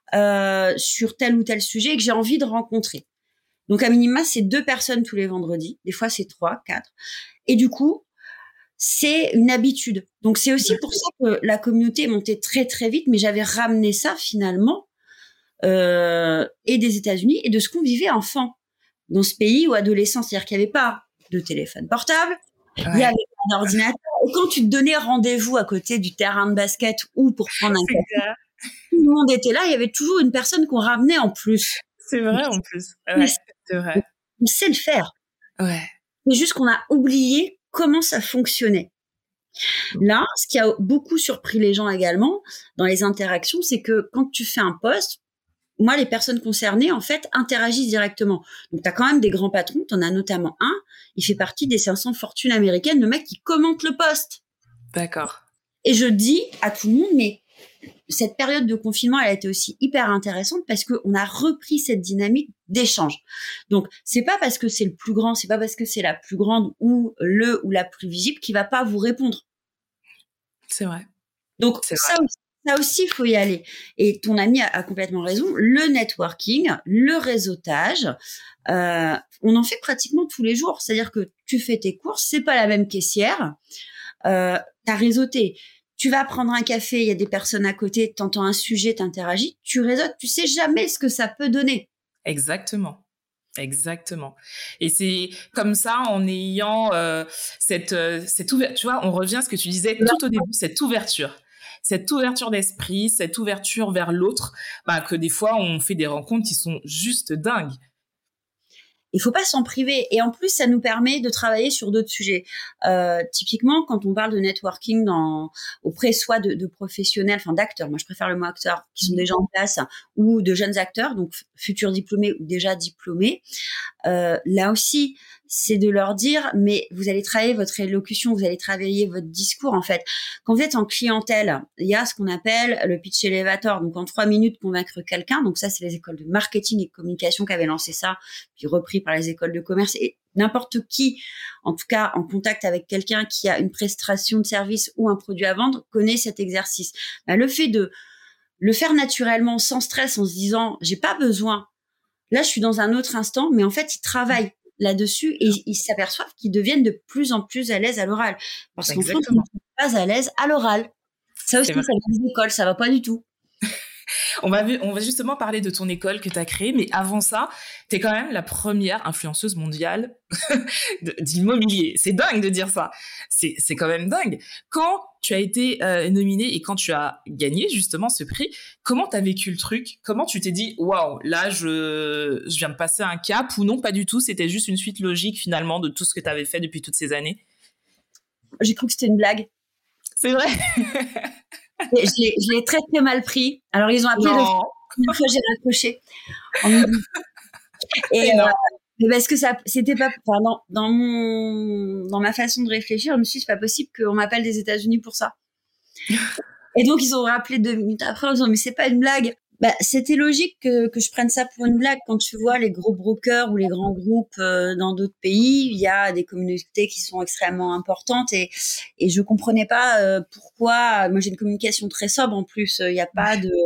euh, sur tel ou tel sujet et que j'ai envie de rencontrer. Donc, à minima, c'est deux personnes tous les vendredis. Des fois, c'est trois, quatre. Et du coup, c'est une habitude. Donc, c'est aussi pour ça que la communauté est montée très, très vite, mais j'avais ramené ça finalement Euh, et des États-Unis et de ce qu'on vivait enfant dans ce pays ou adolescent, c'est-à-dire qu'il n'y avait pas de téléphone portable, ouais. il y avait un ordinateur. Et quand tu te donnais rendez-vous à côté du terrain de basket ou pour prendre un café, tout le monde était là. Il y avait toujours une personne qu'on ramenait en plus. C'est vrai en plus. Ouais, c'est vrai. On sait le faire. Ouais. C'est juste qu'on a oublié comment ça fonctionnait. Là, ce qui a beaucoup surpris les gens également dans les interactions, c'est que quand tu fais un post, moi, les personnes concernées, en fait, interagissent directement. Donc, tu as quand même des grands patrons. Tu en as notamment un. Il fait partie des cinq cents fortunes américaines, le mec qui commente le post. D'accord. Et je dis à tout le monde, mais cette période de confinement, elle a été aussi hyper intéressante parce qu'on a repris cette dynamique d'échange. Donc, c'est pas parce que c'est le plus grand, c'est pas parce que c'est la plus grande ou le ou la plus visible qui va pas vous répondre. C'est vrai. Donc, c'est ça vrai. aussi. Ça aussi, il faut y aller. Et ton ami a, a complètement raison. Le networking, le réseautage, euh, on en fait pratiquement tous les jours. C'est-à-dire que tu fais tes courses, c'est pas la même caissière. Euh, t'as réseauté. Tu vas prendre un café, il y a des personnes à côté, t'entends un sujet, t'interagis, tu réseautes. Tu sais jamais ce que ça peut donner. Exactement. Exactement. Et c'est comme ça, en ayant euh, cette, euh, cette ouverture, tu vois, on revient à ce que tu disais tout au début, cette ouverture. cette ouverture d'esprit, cette ouverture vers l'autre, bah, que des fois, on fait des rencontres qui sont juste dingues. Il faut pas s'en priver. Et en plus, ça nous permet de travailler sur d'autres sujets. Euh, typiquement, quand on parle de networking dans, auprès soit de, de professionnels, enfin d'acteurs, moi je préfère le mot acteurs, qui sont déjà en place, ou de jeunes acteurs, donc futurs diplômés ou déjà diplômés, euh, là aussi, c'est de leur dire, mais vous allez travailler votre élocution, vous allez travailler votre discours, en fait. Quand vous êtes en clientèle, il y a ce qu'on appelle le pitch elevator. Donc, en trois minutes, convaincre quelqu'un. Donc, ça, c'est les écoles de marketing et de communication qui avaient lancé ça, puis repris par les écoles de commerce. Et n'importe qui, en tout cas, en contact avec quelqu'un qui a une prestation de service ou un produit à vendre, connaît cet exercice. Ben, le fait de le faire naturellement, sans stress, en se disant, j'ai pas besoin. Là, je suis dans un autre instant, mais en fait, ils travaillent là-dessus et ils s'aperçoivent qu'ils deviennent de plus en plus à l'aise à l'oral. Parce qu'en fait, ils ne sont pas à l'aise à l'oral. Ça aussi, ça va les écoles, ça va pas du tout. On va, on va justement parler de ton école que tu as créée, mais avant ça, tu es quand même la première influenceuse mondiale d'immobilier. C'est dingue de dire ça. C'est, c'est quand même dingue. Quand tu as été euh, nominée et quand tu as gagné justement ce prix, comment tu as vécu le truc? Comment tu t'es dit, waouh, là, je, je viens de passer un cap, ou non, pas du tout, c'était juste une suite logique finalement de tout ce que tu avais fait depuis toutes ces années? J'ai cru que c'était une blague. C'est vrai. je, l'ai, je l'ai très très mal pris. Alors ils ont appelé le une fois j'ai raccroché. Et, euh, mais parce que ça, c'était pas, enfin, dans, dans mon, dans ma façon de réfléchir, je me suis dit, c'est pas possible qu'on m'appelle des États-Unis pour ça. Et donc ils ont rappelé deux minutes après en disant, mais c'est pas une blague. Bah, c'était logique que, que je prenne ça pour une blague. Quand tu vois les gros brokers ou les grands groupes euh, dans d'autres pays, il y a des communautés qui sont extrêmement importantes et, et je comprenais pas euh, pourquoi. Moi, j'ai une communication très sobre en plus. Il y a pas de,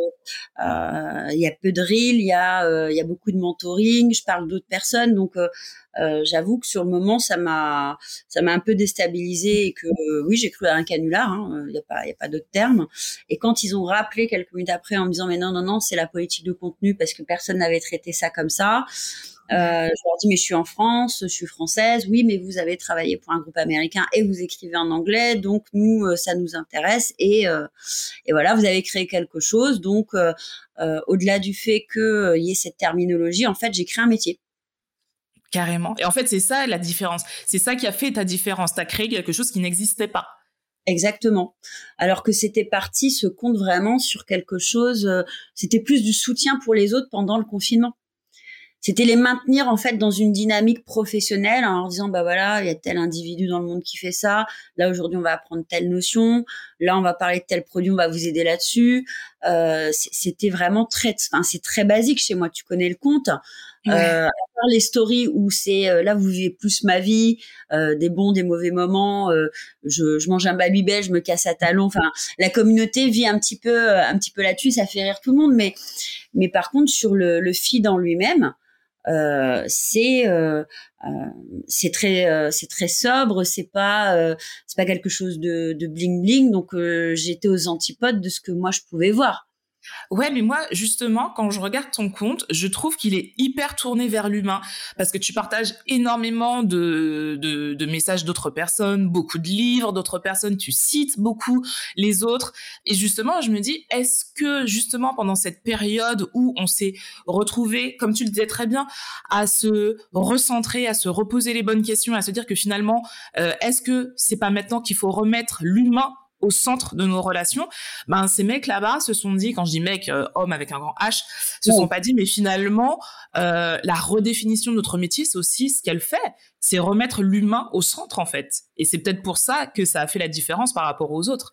euh, il y a peu de reels, il y a, euh, il y a beaucoup de mentoring. Je parle d'autres personnes, donc euh, euh, j'avoue que sur le moment, ça m'a, ça m'a un peu déstabilisée et que euh, oui, j'ai cru à un canular. Hein, il y a pas, il y a pas d'autre terme. Et quand ils ont rappelé quelques minutes après en me disant mais non non non, c'est la politique de contenu parce que personne n'avait traité ça comme ça. Euh, je leur dis mais je suis en France, je suis française. Oui, mais vous avez travaillé pour un groupe américain et vous écrivez en anglais, donc nous euh, ça nous intéresse et euh, et voilà, vous avez créé quelque chose. Donc euh, euh, au-delà du fait que euh, y ait cette terminologie, en fait, j'ai créé un métier. Carrément. Et en fait, c'est ça la différence. C'est ça qui a fait ta différence. Tu as créé quelque chose qui n'existait pas. Exactement. Alors que c'était parti, ce compte vraiment sur quelque chose, euh, c'était plus du soutien pour les autres pendant le confinement. C'était les maintenir en fait dans une dynamique professionnelle en leur disant bah voilà, il y a tel individu dans le monde qui fait ça. Là aujourd'hui, on va apprendre telle notion. Là, on va parler de tel produit, on va vous aider là-dessus. Euh, c'était vraiment très, enfin c'est très basique chez moi. Tu connais le compte. Ouais. Euh, à part les stories où c'est euh, là vous vivez plus ma vie, euh, des bons, des mauvais moments. Euh, je, je mange un Babybel, je me casse à talons. Enfin, la communauté vit un petit peu, un petit peu là-dessus. Ça fait rire tout le monde, mais mais par contre sur le, le feed en lui-même. Euh, c'est euh, euh, c'est très euh, c'est très sobre, c'est pas euh, c'est pas quelque chose de de bling bling, donc euh, j'étais aux antipodes de ce que moi je pouvais voir. Ouais, mais moi, justement, quand je regarde ton compte, je trouve qu'il est hyper tourné vers l'humain parce que tu partages énormément de, de, de messages d'autres personnes, beaucoup de livres d'autres personnes, tu cites beaucoup les autres. Et justement, je me dis, est-ce que justement, pendant cette période où on s'est retrouvé, comme tu le disais très bien, à se recentrer, à se reposer les bonnes questions, à se dire que finalement, euh, est-ce que c'est pas maintenant qu'il faut remettre l'humain au centre de nos relations, ben ces mecs là-bas se sont dit, quand je dis mec, euh, homme avec un grand H, se ouais. sont pas dit, mais finalement, euh, la redéfinition de notre métier, c'est aussi ce qu'elle fait, c'est remettre l'humain au centre en fait. Et c'est peut-être pour ça que ça a fait la différence par rapport aux autres.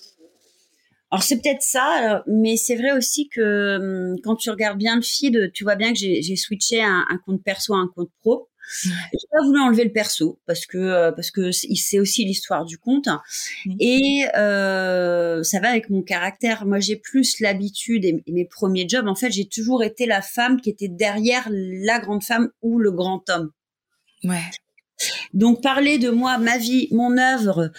Alors c'est peut-être ça, mais c'est vrai aussi que quand tu regardes bien le feed, tu vois bien que j'ai, j'ai switché un, un compte perso à un compte pro. Mmh. J'ai pas voulu enlever le perso parce que parce que c'est aussi l'histoire du compte mmh. et euh, ça va avec mon caractère. Moi, j'ai plus l'habitude et, et mes premiers jobs, en fait, j'ai toujours été la femme qui était derrière la grande femme ou le grand homme. Ouais. Donc parler de moi, ma vie, mon œuvre,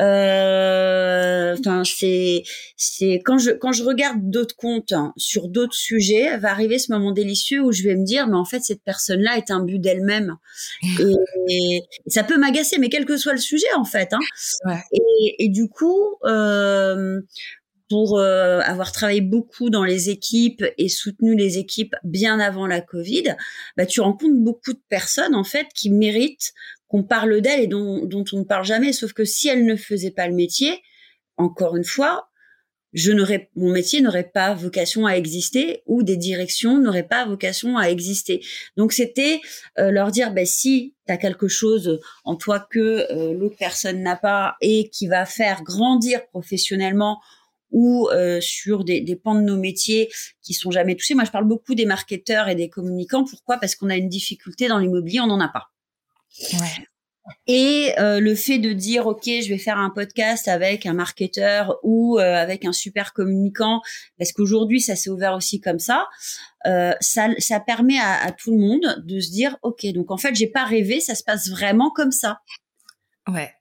euh, enfin c'est c'est quand je quand je regarde d'autres comptes hein, sur d'autres sujets, va arriver ce moment délicieux où je vais me dire mais en fait cette personne-là est un but d'elle-même et, et, et ça peut m'agacer mais quel que soit le sujet en fait. Hein. Ouais. Et, et du coup. Euh, pour euh, avoir travaillé beaucoup dans les équipes et soutenu les équipes bien avant la Covid, bah, tu rencontres beaucoup de personnes en fait qui méritent qu'on parle d'elles et dont, dont on ne parle jamais. Sauf que si elles ne faisaient pas le métier, encore une fois, je n'aurais, mon métier n'aurait pas vocation à exister ou des directions n'auraient pas vocation à exister. Donc c'était euh, leur dire, ben si tu as quelque chose en toi que euh, l'autre personne n'a pas et qui va faire grandir professionnellement ou euh, sur des, des pans de nos métiers qui sont jamais touchés. Moi, je parle beaucoup des marketeurs et des communicants. Pourquoi ? Parce qu'on a une difficulté dans l'immobilier, on n'en a pas. Ouais. Et euh, le fait de dire ok, je vais faire un podcast avec un marketeur ou euh, avec un super communicant, parce qu'aujourd'hui ça s'est ouvert aussi comme ça, euh, ça, ça permet à, à tout le monde de se dire ok, donc en fait j'ai pas rêvé, ça se passe vraiment comme ça. Ouais.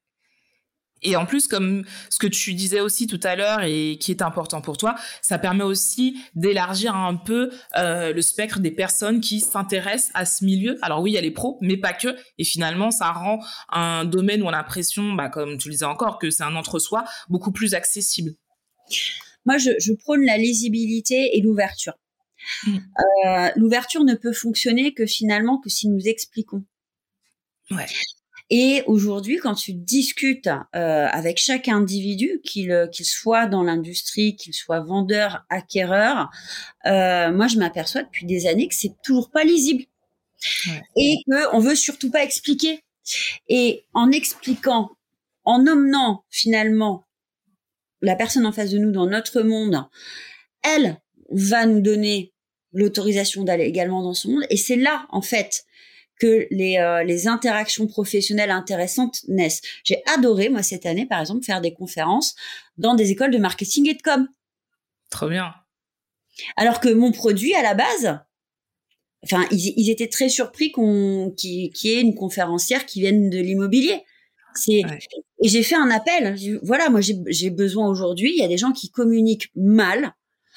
Et en plus, comme ce que tu disais aussi tout à l'heure et qui est important pour toi, ça permet aussi d'élargir un peu euh, le spectre des personnes qui s'intéressent à ce milieu. Alors oui, il y a les pros, mais pas que. Et finalement, ça rend un domaine où on a l'impression, bah, comme tu le disais encore, que c'est un entre-soi beaucoup plus accessible. Moi, je, je prône la lisibilité et l'ouverture. Mmh. Euh, l'ouverture ne peut fonctionner que finalement que si nous expliquons. Ouais. Et aujourd'hui, quand tu discutes euh, avec chaque individu, qu'il, qu'il soit dans l'industrie, qu'il soit vendeur, acquéreur, euh, moi, je m'aperçois depuis des années que c'est toujours pas lisible. Ouais. Et qu'on veut surtout pas expliquer. Et en expliquant, en emmenant finalement la personne en face de nous dans notre monde, elle va nous donner l'autorisation d'aller également dans ce monde. Et c'est là, en fait, que les, euh, les interactions professionnelles intéressantes naissent. J'ai adoré, moi, cette année, par exemple, faire des conférences dans des écoles de marketing et de com. Trop bien. Alors que mon produit, à la base, enfin, ils, ils étaient très surpris qu'on, qu'il, qu'il y ait une conférencière qui vienne de l'immobilier. C'est, ouais. Et j'ai fait un appel. Voilà, moi, j'ai, j'ai besoin aujourd'hui, il y a des gens qui communiquent mal.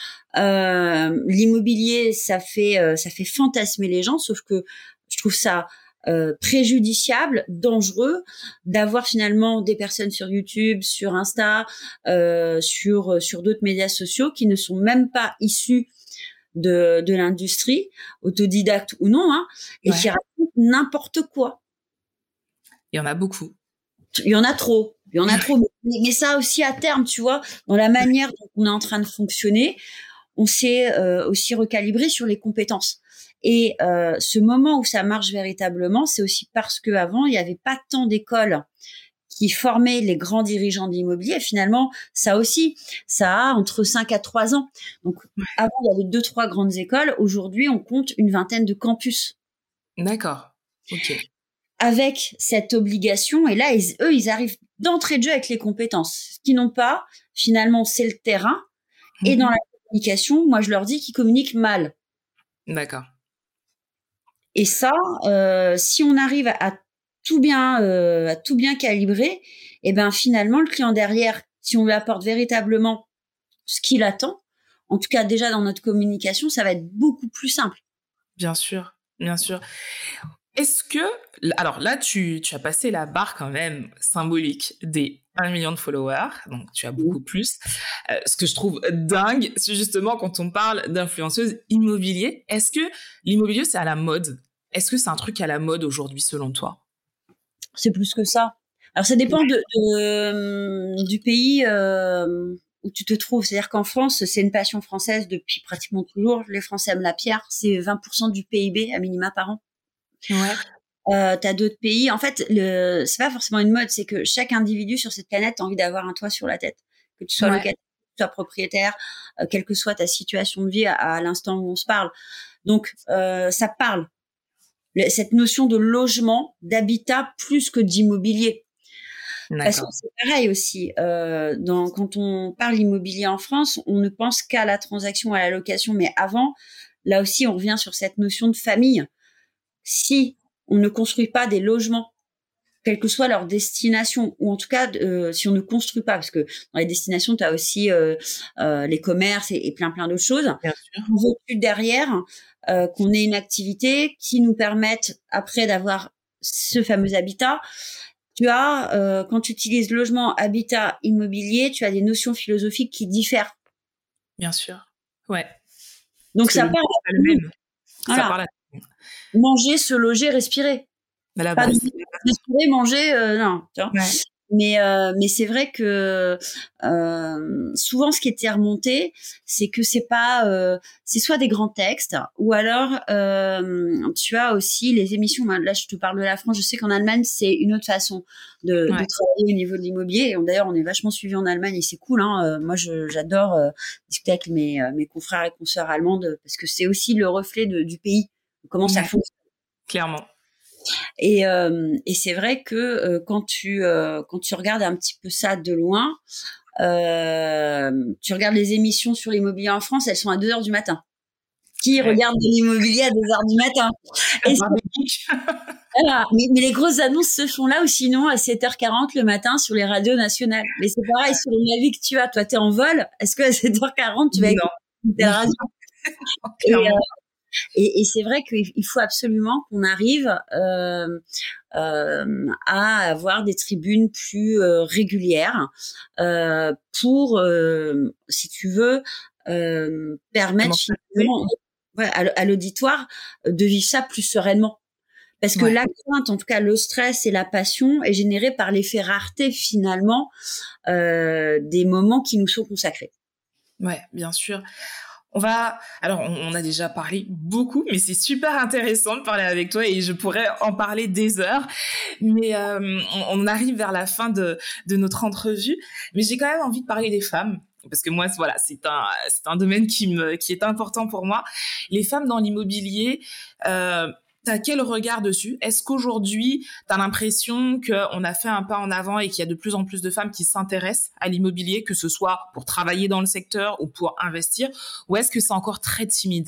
Euh, l'immobilier, ça fait, euh, ça fait fantasmer les gens, sauf que je trouve ça euh, préjudiciable, dangereux d'avoir finalement des personnes sur YouTube, sur Insta, euh, sur sur d'autres médias sociaux qui ne sont même pas issus de de l'industrie, autodidactes ou non, hein, et ouais. qui racontent n'importe quoi. Il y en a beaucoup. Il y en a trop. Il y en a trop. Mais, mais ça aussi à terme, tu vois, dans la manière dont on est en train de fonctionner, on s'est euh, aussi recalibré sur les compétences. Et euh, ce moment où ça marche véritablement, c'est aussi parce qu'avant, il n'y avait pas tant d'écoles qui formaient les grands dirigeants de l'immobilier. Et finalement, ça aussi, ça a entre cinq à trois ans. Donc, avant, il y avait deux, trois grandes écoles. Aujourd'hui, on compte une vingtaine de campus. D'accord. OK. Avec cette obligation, et là, ils, eux, ils arrivent d'entrée de jeu avec les compétences. Ce qu'ils n'ont pas, finalement, c'est le terrain. Mmh. Et dans la communication, moi, je leur dis qu'ils communiquent mal. D'accord. Et ça, euh, si on arrive à, à tout bien, euh, à tout bien calibrer, et ben finalement le client derrière, si on lui apporte véritablement ce qu'il attend, en tout cas déjà dans notre communication, ça va être beaucoup plus simple. Bien sûr, bien sûr. Est-ce que, alors là, tu, tu as passé la barre quand même symbolique des un million de followers, donc tu as beaucoup plus. Euh, ce que je trouve dingue, c'est justement quand on parle d'influenceuse immobilier. Est-ce que l'immobilier, c'est à la mode ? Est-ce que c'est un truc à la mode aujourd'hui, selon toi ? C'est plus que ça. Alors, ça dépend de, de, du pays euh, où tu te trouves. C'est-à-dire qu'en France, c'est une passion française depuis pratiquement toujours. Les Français aiment la pierre. C'est vingt pour cent du P I B à minima par an. Ouais. Euh, t'as d'autres pays. En fait, le, c'est pas forcément une mode, c'est que chaque individu sur cette planète a envie d'avoir un toit sur la tête. Que tu sois ouais. locataire, que tu sois propriétaire, euh, quelle que soit ta situation de vie à, à l'instant où on se parle. Donc, euh, ça parle. Le, cette notion de logement, d'habitat, plus que d'immobilier. D'accord. Parce que c'est pareil aussi. Euh, dans, quand on parle immobilier en France, on ne pense qu'à la transaction, à la location. Mais avant, là aussi, on revient sur cette notion de famille. Si on ne construit pas des logements, quelle que soit leur destination, ou en tout cas, euh, si on ne construit pas, parce que dans les destinations, tu as aussi euh, euh, les commerces et, et plein plein d'autres choses. Bien sûr. On veut plus derrière euh, qu'on ait une activité qui nous permette après d'avoir ce fameux habitat tu as, euh, quand tu utilises logement, habitat, immobilier, tu as des notions philosophiques qui diffèrent. Bien sûr. Ouais. Donc, Parce ça que le parle but, à c'est pas tout le le monde. même. Ça Voilà. parle à tout le monde. Manger, se loger, respirer. À la Pas de base. respirer, manger, euh, non. Tu vois. Ouais. Mais euh, mais c'est vrai que euh, souvent ce qui était remonté, c'est que c'est pas, euh, c'est soit des grands textes, ou alors euh, tu as aussi les émissions. Là, je te parle de la France. Je sais qu'en Allemagne, c'est une autre façon de, Ouais. de travailler au niveau de l'immobilier. Et on- d'ailleurs, on est vachement suivi en Allemagne et c'est cool. Hein. Euh, moi, je, j'adore euh, discuter avec mes euh, mes confrères et consoeurs allemandes parce que c'est aussi le reflet de, du pays, comment ça Ouais. fonctionne. Clairement. Et, euh, et c'est vrai que euh, quand tu euh, quand tu regardes un petit peu ça de loin, euh, tu regardes les émissions sur l'immobilier en France, elles sont à deux heures du matin. Qui Ouais. regarde de l'immobilier à deux heures du matin? À Et part c'est- des geeks. voilà. mais, mais les grosses annonces se font là ou sinon à sept heures quarante le matin sur les radios nationales. Mais c'est pareil, selon la vie que tu as. Toi, t'es en vol. Est-ce que à sept heures quarante tu vas écouter Non. une telle radio? Et, Clairement. Et, et c'est vrai qu'il faut absolument qu'on arrive euh, euh, à avoir des tribunes plus euh, régulières euh, pour, euh, si tu veux, euh, permettre finalement ouais, à, à l'auditoire de vivre ça plus sereinement. Parce que Ouais. la crainte, en tout cas le stress et la passion, est générée par l'effet rareté finalement euh, des moments qui nous sont consacrés. Ouais, bien sûr. On va, alors on, on a déjà parlé beaucoup, mais c'est super intéressant de parler avec toi et je pourrais en parler des heures. Mais euh, on, on arrive vers la fin de, de notre entrevue, mais j'ai quand même envie de parler des femmes. Parce que moi, voilà, c'est un, c'est un domaine qui me, qui est important pour moi. Les femmes dans l'immobilier, euh, t'as quel regard dessus? Est-ce qu'aujourd'hui, t'as l'impression qu'on a fait un pas en avant et qu'il y a de plus en plus de femmes qui s'intéressent à l'immobilier, que ce soit pour travailler dans le secteur ou pour investir, ou est-ce que c'est encore très timide?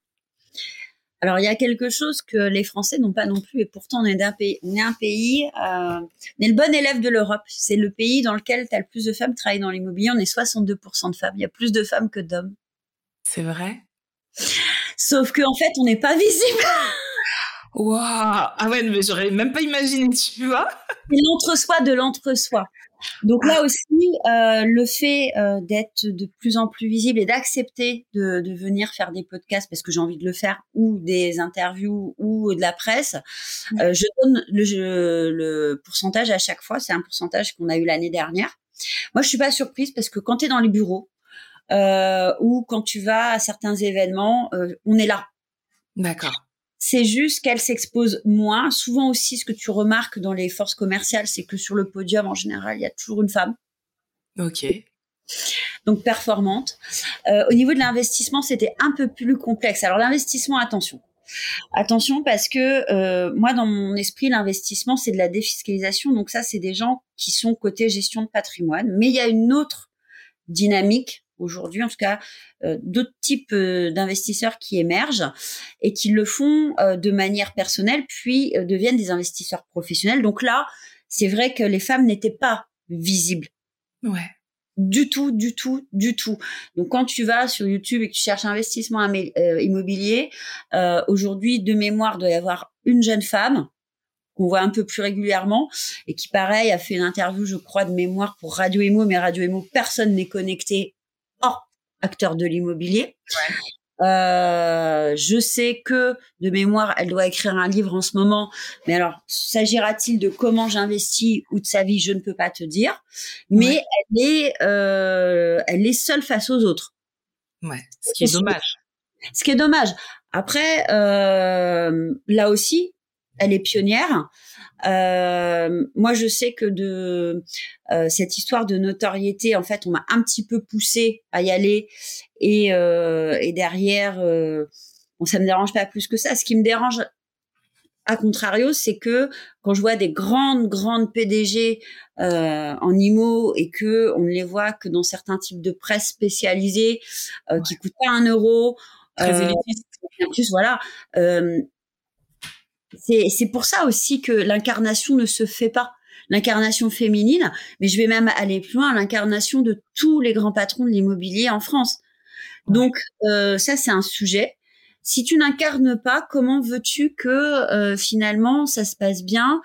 Alors, il y a quelque chose que les Français n'ont pas non plus, et pourtant on est d'un pays, on est un pays, euh, on est le bon élève de l'Europe. C'est le pays dans lequel tu as le plus de femmes qui travaillent dans l'immobilier. On est soixante-deux pour cent de femmes. Il y a plus de femmes que d'hommes. C'est vrai? Sauf qu'en fait, on n'est pas visible. Waouh! Ah ouais, mais j'aurais même pas imaginé, tu vois? C'est l'entre-soi de l'entre-soi. Donc là aussi, euh, le fait euh, d'être de plus en plus visible et d'accepter de, de venir faire des podcasts parce que j'ai envie de le faire, ou des interviews ou de la presse, euh, je donne le, je, le pourcentage à chaque fois. C'est un pourcentage qu'on a eu l'année dernière. Moi, je suis pas surprise parce que quand tu es dans les bureaux euh, ou quand tu vas à certains événements, euh, on est là. D'accord. C'est juste qu'elle s'expose moins. Souvent aussi, ce que tu remarques dans les forces commerciales, c'est que sur le podium, en général, il y a toujours une femme. Ok. Donc, performante. Euh, au niveau de l'investissement, c'était un peu plus complexe. Alors, l'investissement, attention. Attention parce que euh, moi, dans mon esprit, l'investissement, c'est de la défiscalisation. Donc ça, c'est des gens qui sont côté gestion de patrimoine. Mais il y a une autre dynamique aujourd'hui, en tout cas, euh, d'autres types euh, d'investisseurs qui émergent et qui le font euh, de manière personnelle, puis euh, deviennent des investisseurs professionnels. Donc là, c'est vrai que les femmes n'étaient pas visibles. Ouais. Du tout, du tout, du tout. Donc, quand tu vas sur YouTube et que tu cherches investissement euh, immobilier, euh, aujourd'hui, de mémoire, il doit y avoir une jeune femme qu'on voit un peu plus régulièrement et qui, pareil, a fait une interview, je crois, de mémoire pour Radio Imo, mais Radio Imo, personne n'est connecté hors acteur de l'immobilier. Ouais. Euh, je sais que de mémoire, elle doit écrire un livre en ce moment. Mais alors, s'agira-t-il de comment j'investis ou de sa vie? Je ne peux pas te dire. Mais Ouais. elle est, euh, elle est seule face aux autres. Ouais. Ce qui est dommage. Ce qui est dommage. Après, euh, là aussi, elle est pionnière. Euh, moi, je sais que de euh, cette histoire de notoriété, en fait, on m'a un petit peu poussée à y aller, et, euh, et derrière, euh, bon, ça me dérange pas plus que ça. Ce qui me dérange, à contrario, c'est que quand je vois des grandes, grandes P D G euh, en IMO et que on ne les voit que dans certains types de presse spécialisée euh, ouais. qui coûtent pas un euro, très euh, élitiste. En plus, voilà. Euh, C'est, c'est pour ça aussi que l'incarnation ne se fait pas. L'incarnation féminine, mais je vais même aller plus loin, l'incarnation de tous les grands patrons de l'immobilier en France. Ouais. Donc, euh, ça, c'est un sujet. Si tu n'incarnes pas, comment veux-tu que euh, finalement ça se passe bien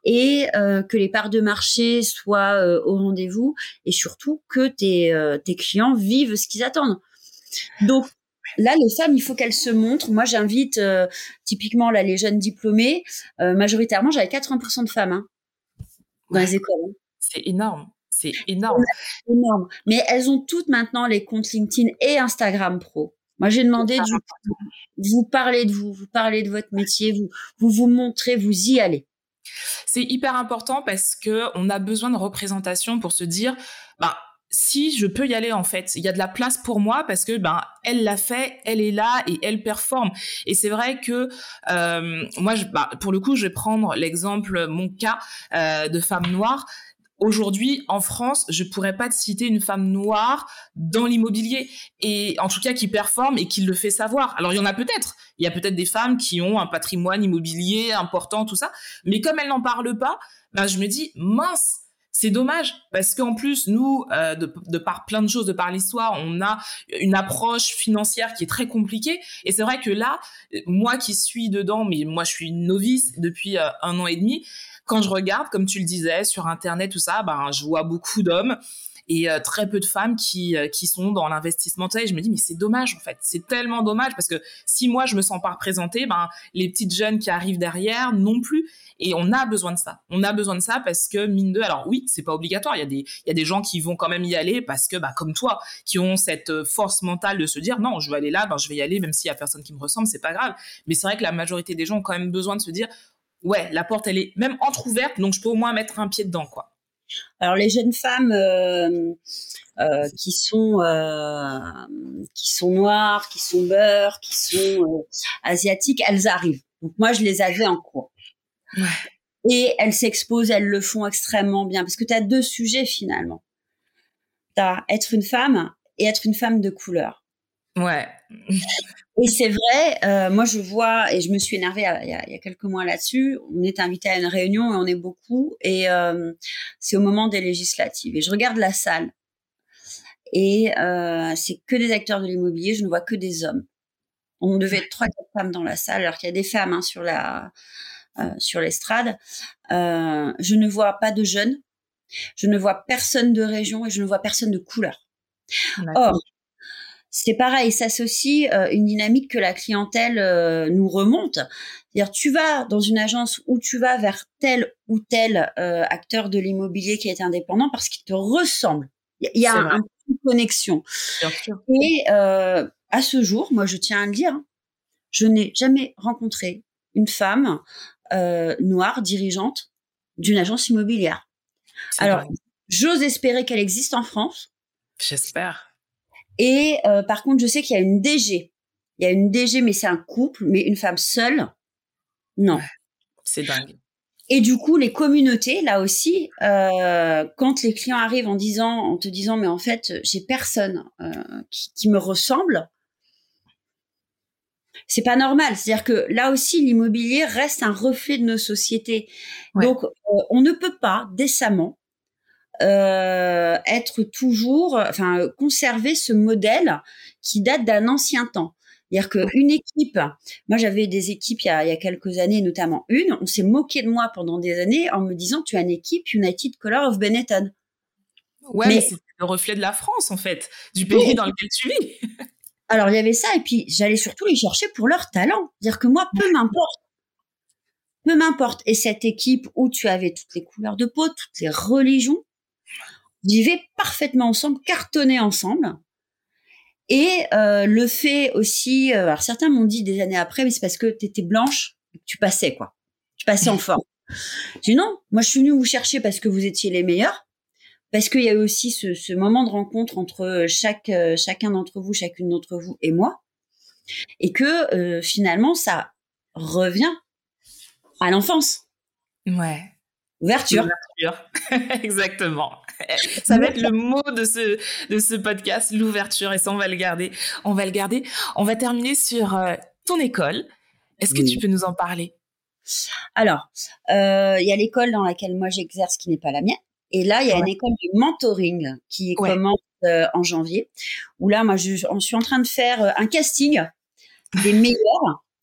et euh, que les parts de marché soient euh, au rendez-vous et surtout que tes, euh, tes clients vivent ce qu'ils attendent. Donc, là, les femmes, il faut qu'elles se montrent. Moi, j'invite euh, typiquement là, les jeunes diplômés. Euh, majoritairement, j'avais quatre-vingts pour cent de femmes hein, dans Ouais, les écoles. c'est énorme. C'est énorme. C'est énorme. Mais elles ont toutes maintenant les comptes LinkedIn et Instagram Pro. Moi, j'ai demandé de vous, vous parler de vous, vous parler de votre métier, vous vous, vous montrez, vous y allez. C'est hyper important parce que on a besoin de représentation pour se dire, bah, si je peux y aller en fait, il y a de la place pour moi parce que ben elle l'a fait, elle est là et elle performe. Et c'est vrai que euh, moi, je, bah, pour le coup, je vais prendre l'exemple, mon cas euh, de femme noire. Aujourd'hui, en France, je pourrais pas te citer une femme noire dans l'immobilier et en tout cas qui performe et qui le fait savoir. Alors il y en a peut-être, il y a peut-être des femmes qui ont un patrimoine immobilier important, tout ça, mais comme elles n'en parlent pas, ben je me dis mince. C'est dommage parce qu'en plus nous, euh, de, de par plein de choses, de par l'histoire, on a une approche financière qui est très compliquée. Et c'est vrai que là, moi qui suis dedans, mais moi je suis une novice depuis euh, un an et demi. Quand je regarde, comme tu le disais, sur Internet, tout ça, ben, je vois beaucoup d'hommes et euh, très peu de femmes qui euh, qui sont dans l'investissement. Et je me dis, mais c'est dommage, en fait. C'est tellement dommage parce que si moi, je me sens pas représentée, ben, les petites jeunes qui arrivent derrière non plus. Et on a besoin de ça. On a besoin de ça parce que, mine de, alors oui, c'est pas obligatoire. Il y a des, il y a des gens qui vont quand même y aller parce que, bah, comme toi, qui ont cette force mentale de se dire, non, je vais aller là, ben, je vais y aller, même s'il y a personne qui me ressemble, c'est pas grave. Mais c'est vrai que la majorité des gens ont quand même besoin de se dire, ouais, la porte, elle est même entrouverte, donc je peux au moins mettre un pied dedans, quoi. Alors, les jeunes femmes euh, euh, qui sont euh, qui sont noires, qui sont beurres, qui sont euh, asiatiques, elles arrivent. Donc, moi, je les avais en cours. Ouais. Et elles s'exposent, elles le font extrêmement bien. Parce que tu as deux sujets, finalement. Tu as être une femme et être une femme de couleur. Ouais. Et c'est vrai, euh, moi je vois, et je me suis énervée il y a, il y a quelques mois là-dessus, on est invité à une réunion et on est beaucoup, et euh, c'est au moment des législatives. Et je regarde la salle, et euh, c'est que des acteurs de l'immobilier, je ne vois que des hommes. On devait être trois, quatre femmes dans la salle, alors qu'il y a des femmes hein, sur la euh, sur l'estrade. Euh, je ne vois pas de jeunes, je ne vois personne de région, et je ne vois personne de couleur. Or, c'est pareil, s'associe euh, une dynamique que la clientèle euh, nous remonte. C'est-à-dire, tu vas dans une agence ou tu vas vers tel ou tel euh, acteur de l'immobilier qui est indépendant parce qu'il te ressemble. Il y, y a un, un point de connexion. Bien sûr. Et euh, à ce jour, moi, je tiens à le dire, hein, je n'ai jamais rencontré une femme euh, noire dirigeante d'une agence immobilière. C'est Alors, vrai. J'ose espérer qu'elle existe en France. J'espère. Et euh, par contre, je sais qu'il y a une D G. Il y a une D G, mais c'est un couple, mais une femme seule, non. Ouais, c'est dingue. Et du coup, les communautés, là aussi, euh, quand les clients arrivent en disant, en te disant, mais en fait, j'ai personne euh, qui, qui me ressemble, c'est pas normal. C'est-à-dire que là aussi, l'immobilier reste un reflet de nos sociétés. Ouais. Donc, euh, on ne peut pas décemment Euh, être toujours, enfin conserver ce modèle qui date d'un ancien temps. C'est-à-dire qu'une équipe, moi j'avais des équipes il y, a, il y a quelques années, notamment une, on s'est moqué de moi pendant des années en me disant tu as une équipe United Color of Benetton. Ouais, mais, mais c'est le reflet de la France en fait, du pays oui. dans lequel tu vis. Alors il y avait ça et puis j'allais surtout les chercher pour leur talent. C'est-à-dire que moi, peu m'importe. Peu m'importe. Et cette équipe où tu avais toutes les couleurs de peau, toutes les religions, vivaient parfaitement ensemble, cartonnaient ensemble. Et euh, le fait aussi, euh, alors certains m'ont dit des années après, mais c'est parce que tu étais blanche et que tu passais, quoi. Tu passais en forme. J'ai dit non, moi je suis venue vous chercher parce que vous étiez les meilleurs, parce qu'il y a eu aussi ce, ce moment de rencontre entre chaque, euh, chacun d'entre vous, chacune d'entre vous et moi, et que euh, finalement ça revient à l'enfance. Ouais. Ouverture. L'ouverture. Exactement. Ça va être le mot de ce, de ce podcast, l'ouverture, et ça, on va le garder. On va le garder. On va terminer sur euh, ton école. Est-ce que oui. tu peux nous en parler? Alors, il euh, y a l'école dans laquelle moi j'exerce qui n'est pas la mienne. Et là, il y a ouais. une école de mentoring qui ouais. commence euh, en janvier, où là, moi, je, je suis en train de faire un casting des meilleurs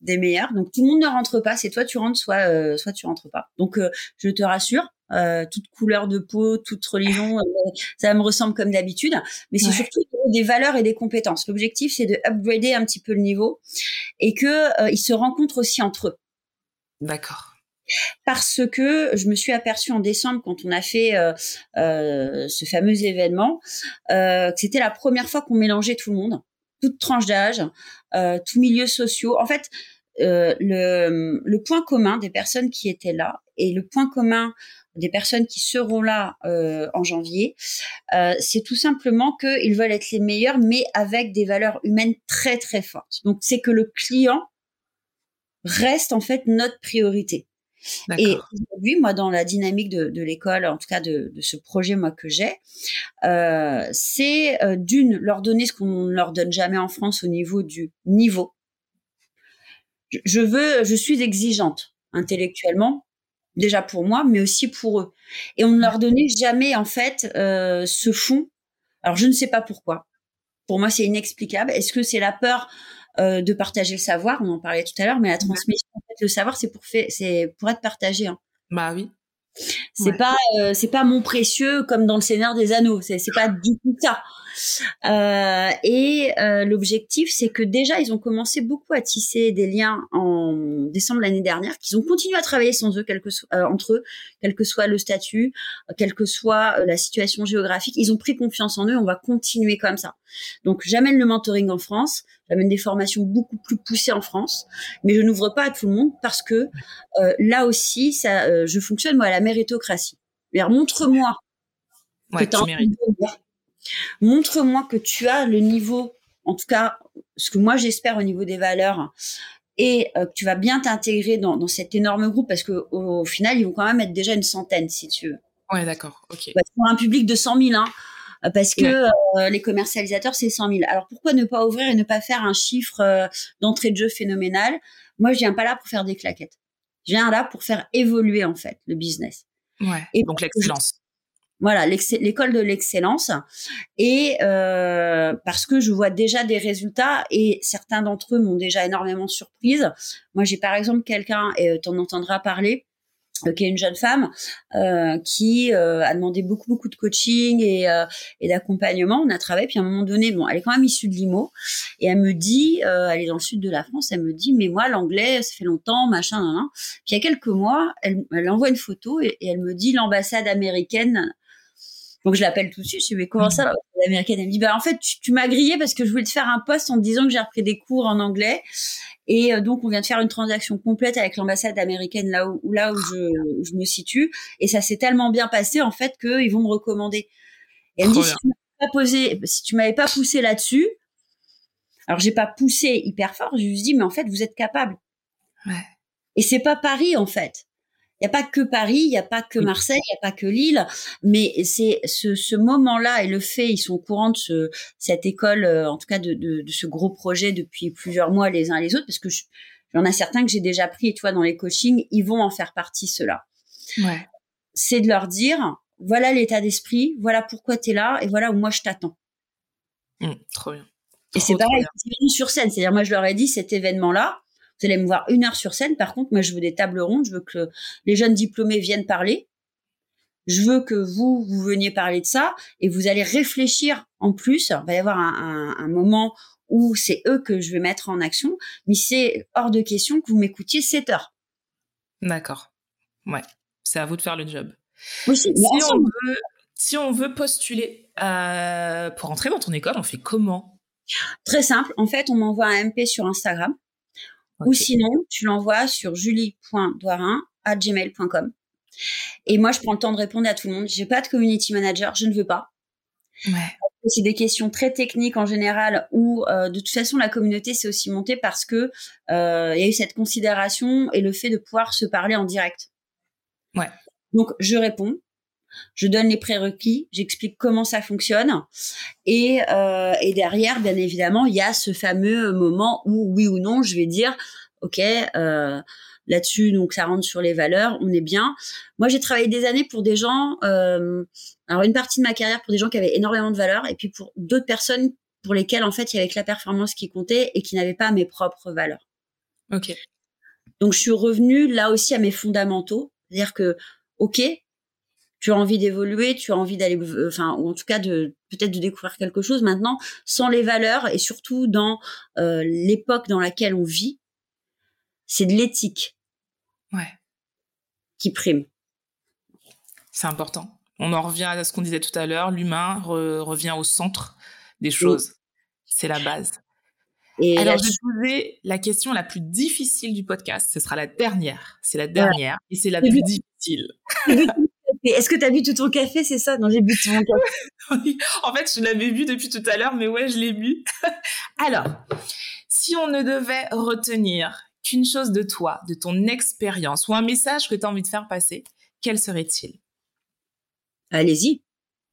des meilleurs. Donc tout le monde ne rentre pas. C'est toi tu rentres, soit euh, soit tu rentres pas. Donc euh, je te rassure, euh, toute couleur de peau, toute religion, euh, ça me ressemble comme d'habitude. Mais c'est ouais. surtout des valeurs et des compétences. L'objectif c'est de upgrader un petit peu le niveau et que euh, ils se rencontrent aussi entre eux. D'accord. Parce que je me suis aperçue en décembre quand on a fait euh, euh, ce fameux événement euh, que c'était la première fois qu'on mélangeait tout le monde, toute tranche d'âge, euh, tous milieux sociaux. En fait, euh, le, le point commun des personnes qui étaient là et le point commun des personnes qui seront là euh, en janvier, euh, c'est tout simplement qu'ils veulent être les meilleurs, mais avec des valeurs humaines très très fortes. Donc c'est que le client reste en fait notre priorité. D'accord. Et aujourd'hui, moi, dans la dynamique de, de l'école, en tout cas de, de ce projet moi que j'ai, euh, c'est euh, d'une leur donner ce qu'on ne leur donne jamais en France au niveau du niveau. Je, je veux, je suis exigeante intellectuellement, déjà pour moi, mais aussi pour eux. Et on ne leur donnait jamais en fait euh, ce fond. Alors je ne sais pas pourquoi. Pour moi, c'est inexplicable. Est-ce que c'est la peur Euh, de partager le savoir, on en parlait tout à l'heure, mais la transmission, en fait, le savoir, c'est pour fait, c'est pour être partagé. Hein. Bah oui. C'est ouais. pas, euh, c'est pas mon précieux comme dans le Seigneur des Anneaux. C'est, c'est pas du tout ça. Euh, et euh, l'objectif, c'est que déjà, ils ont commencé beaucoup à tisser des liens en décembre l'année dernière, qu'ils ont continué à travailler sans eux, quel que soit, euh, entre eux, quel que soit le statut, euh, quelle que soit euh, la situation géographique. Ils ont pris confiance en eux. On va continuer comme ça. Donc, j'amène le mentoring en France. J'amène des formations beaucoup plus poussées en France, mais je n'ouvre pas à tout le monde parce que euh, là aussi, ça, euh, je fonctionne moi à la méritocratie. Alors, montre-moi ouais, que tu mérites. Montre-moi que tu as le niveau, en tout cas, ce que moi j'espère au niveau des valeurs, et euh, que tu vas bien t'intégrer dans, dans cet énorme groupe, parce que au, au final, ils vont quand même être déjà une centaine, si tu veux. Ouais, d'accord, ok. Bah, pour un public de cent mille, hein. Parce que ouais. euh, les commercialisateurs, c'est cent mille. Alors, pourquoi ne pas ouvrir et ne pas faire un chiffre euh, d'entrée de jeu phénoménal ? Moi, je viens pas là pour faire des claquettes. Je viens là pour faire évoluer, en fait, le business. Ouais, et donc l'excellence. Voilà, l'école de l'excellence. Et euh, parce que je vois déjà des résultats et certains d'entre eux m'ont déjà énormément surprise. Moi, j'ai par exemple quelqu'un, et tu en entendras parler, Euh, qui est une jeune femme euh, qui euh, a demandé beaucoup beaucoup de coaching et, euh, et d'accompagnement. On a travaillé, puis à un moment donné, bon, elle est quand même issue de l'I M O et elle me dit, euh, elle est dans le sud de la France, elle me dit, mais moi l'anglais, ça fait longtemps, machin, nan, nan. Puis il y a quelques mois, elle, elle envoie une photo et, et elle me dit l'ambassade américaine. Donc je l'appelle tout de suite, je lui dis mais comment ça l'ambassade américaine ? Elle me dit bah en fait tu, tu m'as grillé parce que je voulais te faire un post en te disant que j'ai repris des cours en anglais. Et donc, on vient de faire une transaction complète avec l'ambassade américaine là où, là où je, où je me situe. Et ça s'est tellement bien passé, en fait, qu'ils vont me recommander. Et elle me dit, si tu m'avais pas posé, si tu m'avais pas poussé là-dessus, alors j'ai pas poussé hyper fort, je lui ai dit, mais en fait, vous êtes capable. Ouais. Et c'est pas Paris, en fait. Il y a pas que Paris, il y a pas que Marseille, il y a pas que Lille, mais c'est ce, ce moment-là et le fait, ils sont au courant de ce, cette école, euh, en tout cas de, de, de ce gros projet depuis plusieurs mois les uns les autres, parce que je, j'en ai certains que j'ai déjà pris, et tu vois, dans les coachings, ils vont en faire partie, ceux-là. Ouais. C'est de leur dire, voilà l'état d'esprit, voilà pourquoi t'es là, et voilà où moi je t'attends. Mmh, trop bien. Et trop, c'est pareil, sur scène, c'est-à-dire moi je leur ai dit, cet événement-là, vous allez me voir une heure sur scène. Par contre, moi, je veux des tables rondes. Je veux que les jeunes diplômés viennent parler. Je veux que vous, vous veniez parler de ça et vous allez réfléchir en plus. Il va y avoir un, un, un moment où c'est eux que je vais mettre en action, mais c'est hors de question que vous m'écoutiez sept heures. D'accord. Ouais. C'est à vous de faire le job. Oui, si, si, on veut, si on veut postuler euh, pour entrer dans ton école, on fait comment ? Très simple. En fait, on m'envoie un M P sur Instagram. Okay. Ou sinon, tu l'envoies sur julie point doirin arobase gmail point com. Et moi, je prends le temps de répondre à tout le monde. J'ai pas de community manager, je ne veux pas. Ouais. C'est des questions très techniques en général où, euh, de toute façon, la communauté s'est aussi montée parce que euh, il y a eu cette considération et le fait de pouvoir se parler en direct. Ouais. Donc, je réponds. Je donne les prérequis, j'explique comment ça fonctionne et, euh, et derrière, bien évidemment, il y a ce fameux moment où, oui ou non, je vais dire, ok, euh, là-dessus, donc ça rentre sur les valeurs, on est bien. Moi, j'ai travaillé des années pour des gens, euh, alors une partie de ma carrière pour des gens qui avaient énormément de valeurs et puis pour d'autres personnes pour lesquelles, en fait, il y avait que la performance qui comptait et qui n'avaient pas mes propres valeurs. Ok. Donc, je suis revenue là aussi à mes fondamentaux. C'est-à-dire que, OK, tu as envie d'évoluer, tu as envie d'aller, enfin, ou en tout cas de peut-être de découvrir quelque chose. Maintenant, sans les valeurs et surtout dans euh, l'époque dans laquelle on vit, c'est de l'éthique ouais. qui prime. C'est important. On en revient à ce qu'on disait tout à l'heure. L'humain re- revient au centre des choses. Oui. C'est la base. Et alors, je vais te poser la question la plus difficile du podcast. Ce sera la dernière. C'est la dernière ouais. et c'est la j'ai plus bu, difficile. Est-ce que tu as bu tout ton café, c'est ça? Non, j'ai bu tout mon café. Oui. En fait, je l'avais bu depuis tout à l'heure, mais ouais, je l'ai bu. Alors, si on ne devait retenir qu'une chose de toi, de ton expérience ou un message que tu as envie de faire passer, quel serait-il? Allez-y.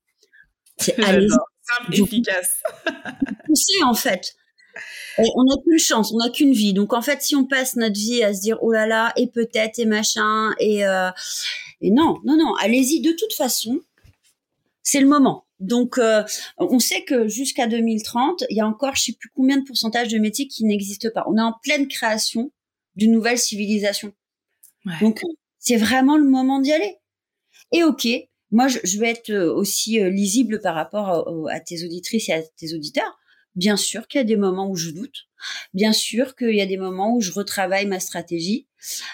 C'est allez-y. Simple, je... efficace. Pousser, en fait. Et on n'a qu'une chance, on n'a qu'une vie. Donc, en fait, si on passe notre vie à se dire, oh là là, et peut-être, et machin, et, euh, et non, non, non, allez-y. De toute façon, c'est le moment. Donc, euh, on sait que jusqu'à deux mille trente, il y a encore, je sais plus combien de pourcentage de métiers qui n'existent pas. On est en pleine création d'une nouvelle civilisation. Ouais. Donc, c'est vraiment le moment d'y aller. Et ok, moi, je, je vais être aussi lisible par rapport à, à tes auditrices et à tes auditeurs. Bien sûr qu'il y a des moments où je doute. Bien sûr qu'il y a des moments où je retravaille ma stratégie.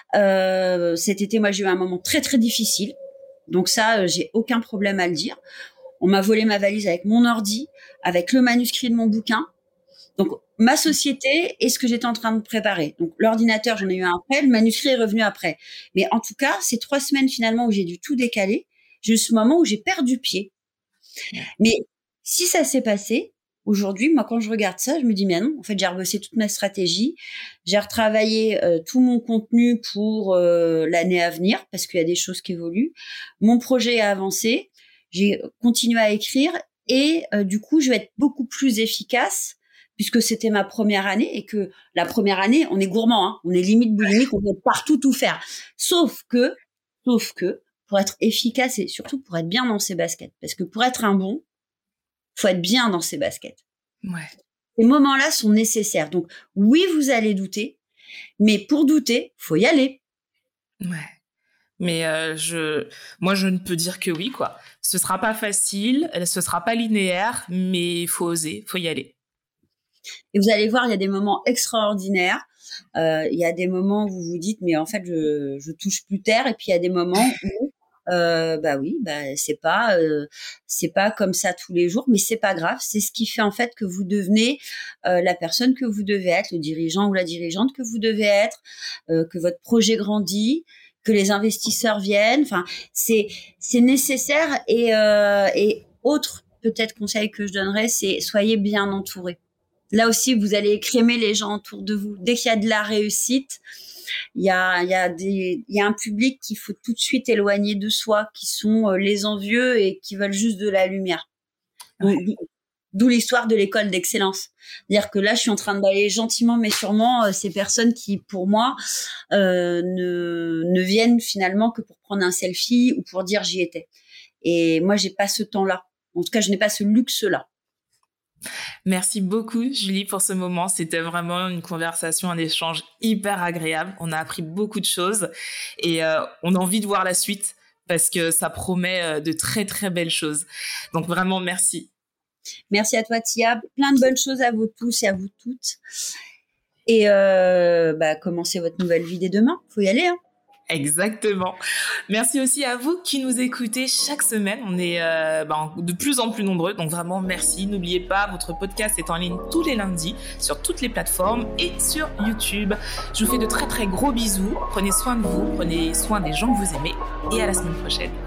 Euh, cet été, moi, j'ai eu un moment très, très difficile. Donc ça, j'ai aucun problème à le dire. On m'a volé ma valise avec mon ordi, avec le manuscrit de mon bouquin. Donc, ma société et ce que j'étais en train de préparer. Donc, l'ordinateur, j'en ai eu un après, le manuscrit est revenu après. Mais en tout cas, ces trois semaines finalement où j'ai dû tout décaler, j'ai eu ce moment où j'ai perdu pied. Mais si ça s'est passé, aujourd'hui, moi, quand je regarde ça, je me dis, mais non, en fait, j'ai rebossé toute ma stratégie, j'ai retravaillé euh, tout mon contenu pour euh, l'année à venir, parce qu'il y a des choses qui évoluent. Mon projet a avancé, j'ai continué à écrire, et euh, du coup, je vais être beaucoup plus efficace, puisque c'était ma première année, et que la première année, on est gourmand, hein, on est limite boulimique, on veut partout tout faire. Sauf que, sauf que, pour être efficace, et surtout pour être bien dans ses baskets, parce que pour être un bon, faut être bien dans ses baskets. Ouais. Ces moments-là sont nécessaires. Donc, oui, vous allez douter, mais pour douter, faut y aller. Ouais. Mais euh, je, moi, je ne peux dire que oui, quoi. Ce sera pas facile, ce sera pas linéaire, mais il faut oser, faut y aller. Et vous allez voir, il y a des moments extraordinaires. Euh, il y a des moments où vous vous dites, mais en fait, je, je touche plus terre. Et puis, il y a des moments où Euh, bah oui, bah c'est pas euh, c'est pas comme ça tous les jours, mais c'est pas grave. C'est ce qui fait en fait que vous devenez euh, la personne que vous devez être, le dirigeant ou la dirigeante que vous devez être, euh, que votre projet grandit, que les investisseurs viennent. Enfin, c'est c'est nécessaire. Et euh, et autre peut-être conseil que je donnerais, c'est soyez bien entourés. Là aussi, vous allez écrémer les gens autour de vous. Dès qu'il y a de la réussite, il y a, il y a des, il y a un public qu'il faut tout de suite éloigner de soi, qui sont les envieux et qui veulent juste de la lumière. Donc, ouais. D'où l'histoire de l'école d'excellence. C'est-à-dire que là, je suis en train de balayer gentiment, mais sûrement, ces personnes qui, pour moi, euh, ne, ne viennent finalement que pour prendre un selfie ou pour dire j'y étais. Et moi, j'ai pas ce temps-là. En tout cas, je n'ai pas ce luxe-là. Merci beaucoup, Julie, pour ce moment. C'était vraiment une conversation, un échange hyper agréable. On a appris beaucoup de choses et euh, on a envie de voir la suite parce que ça promet euh, de très, très belles choses. Donc vraiment, merci. Merci à toi, Tia. Plein de bonnes choses à vous tous et à vous toutes. Et euh, bah, commencez votre nouvelle vie dès demain. Faut y aller, hein. Exactement. Merci aussi à vous qui nous écoutez chaque semaine. On est euh, ben, de plus en plus nombreux, donc vraiment merci. N'oubliez pas, votre podcast est en ligne tous les lundis sur toutes les plateformes et sur YouTube. Je vous fais de très très gros bisous. Prenez soin de vous, prenez soin des gens que vous aimez et à la semaine prochaine.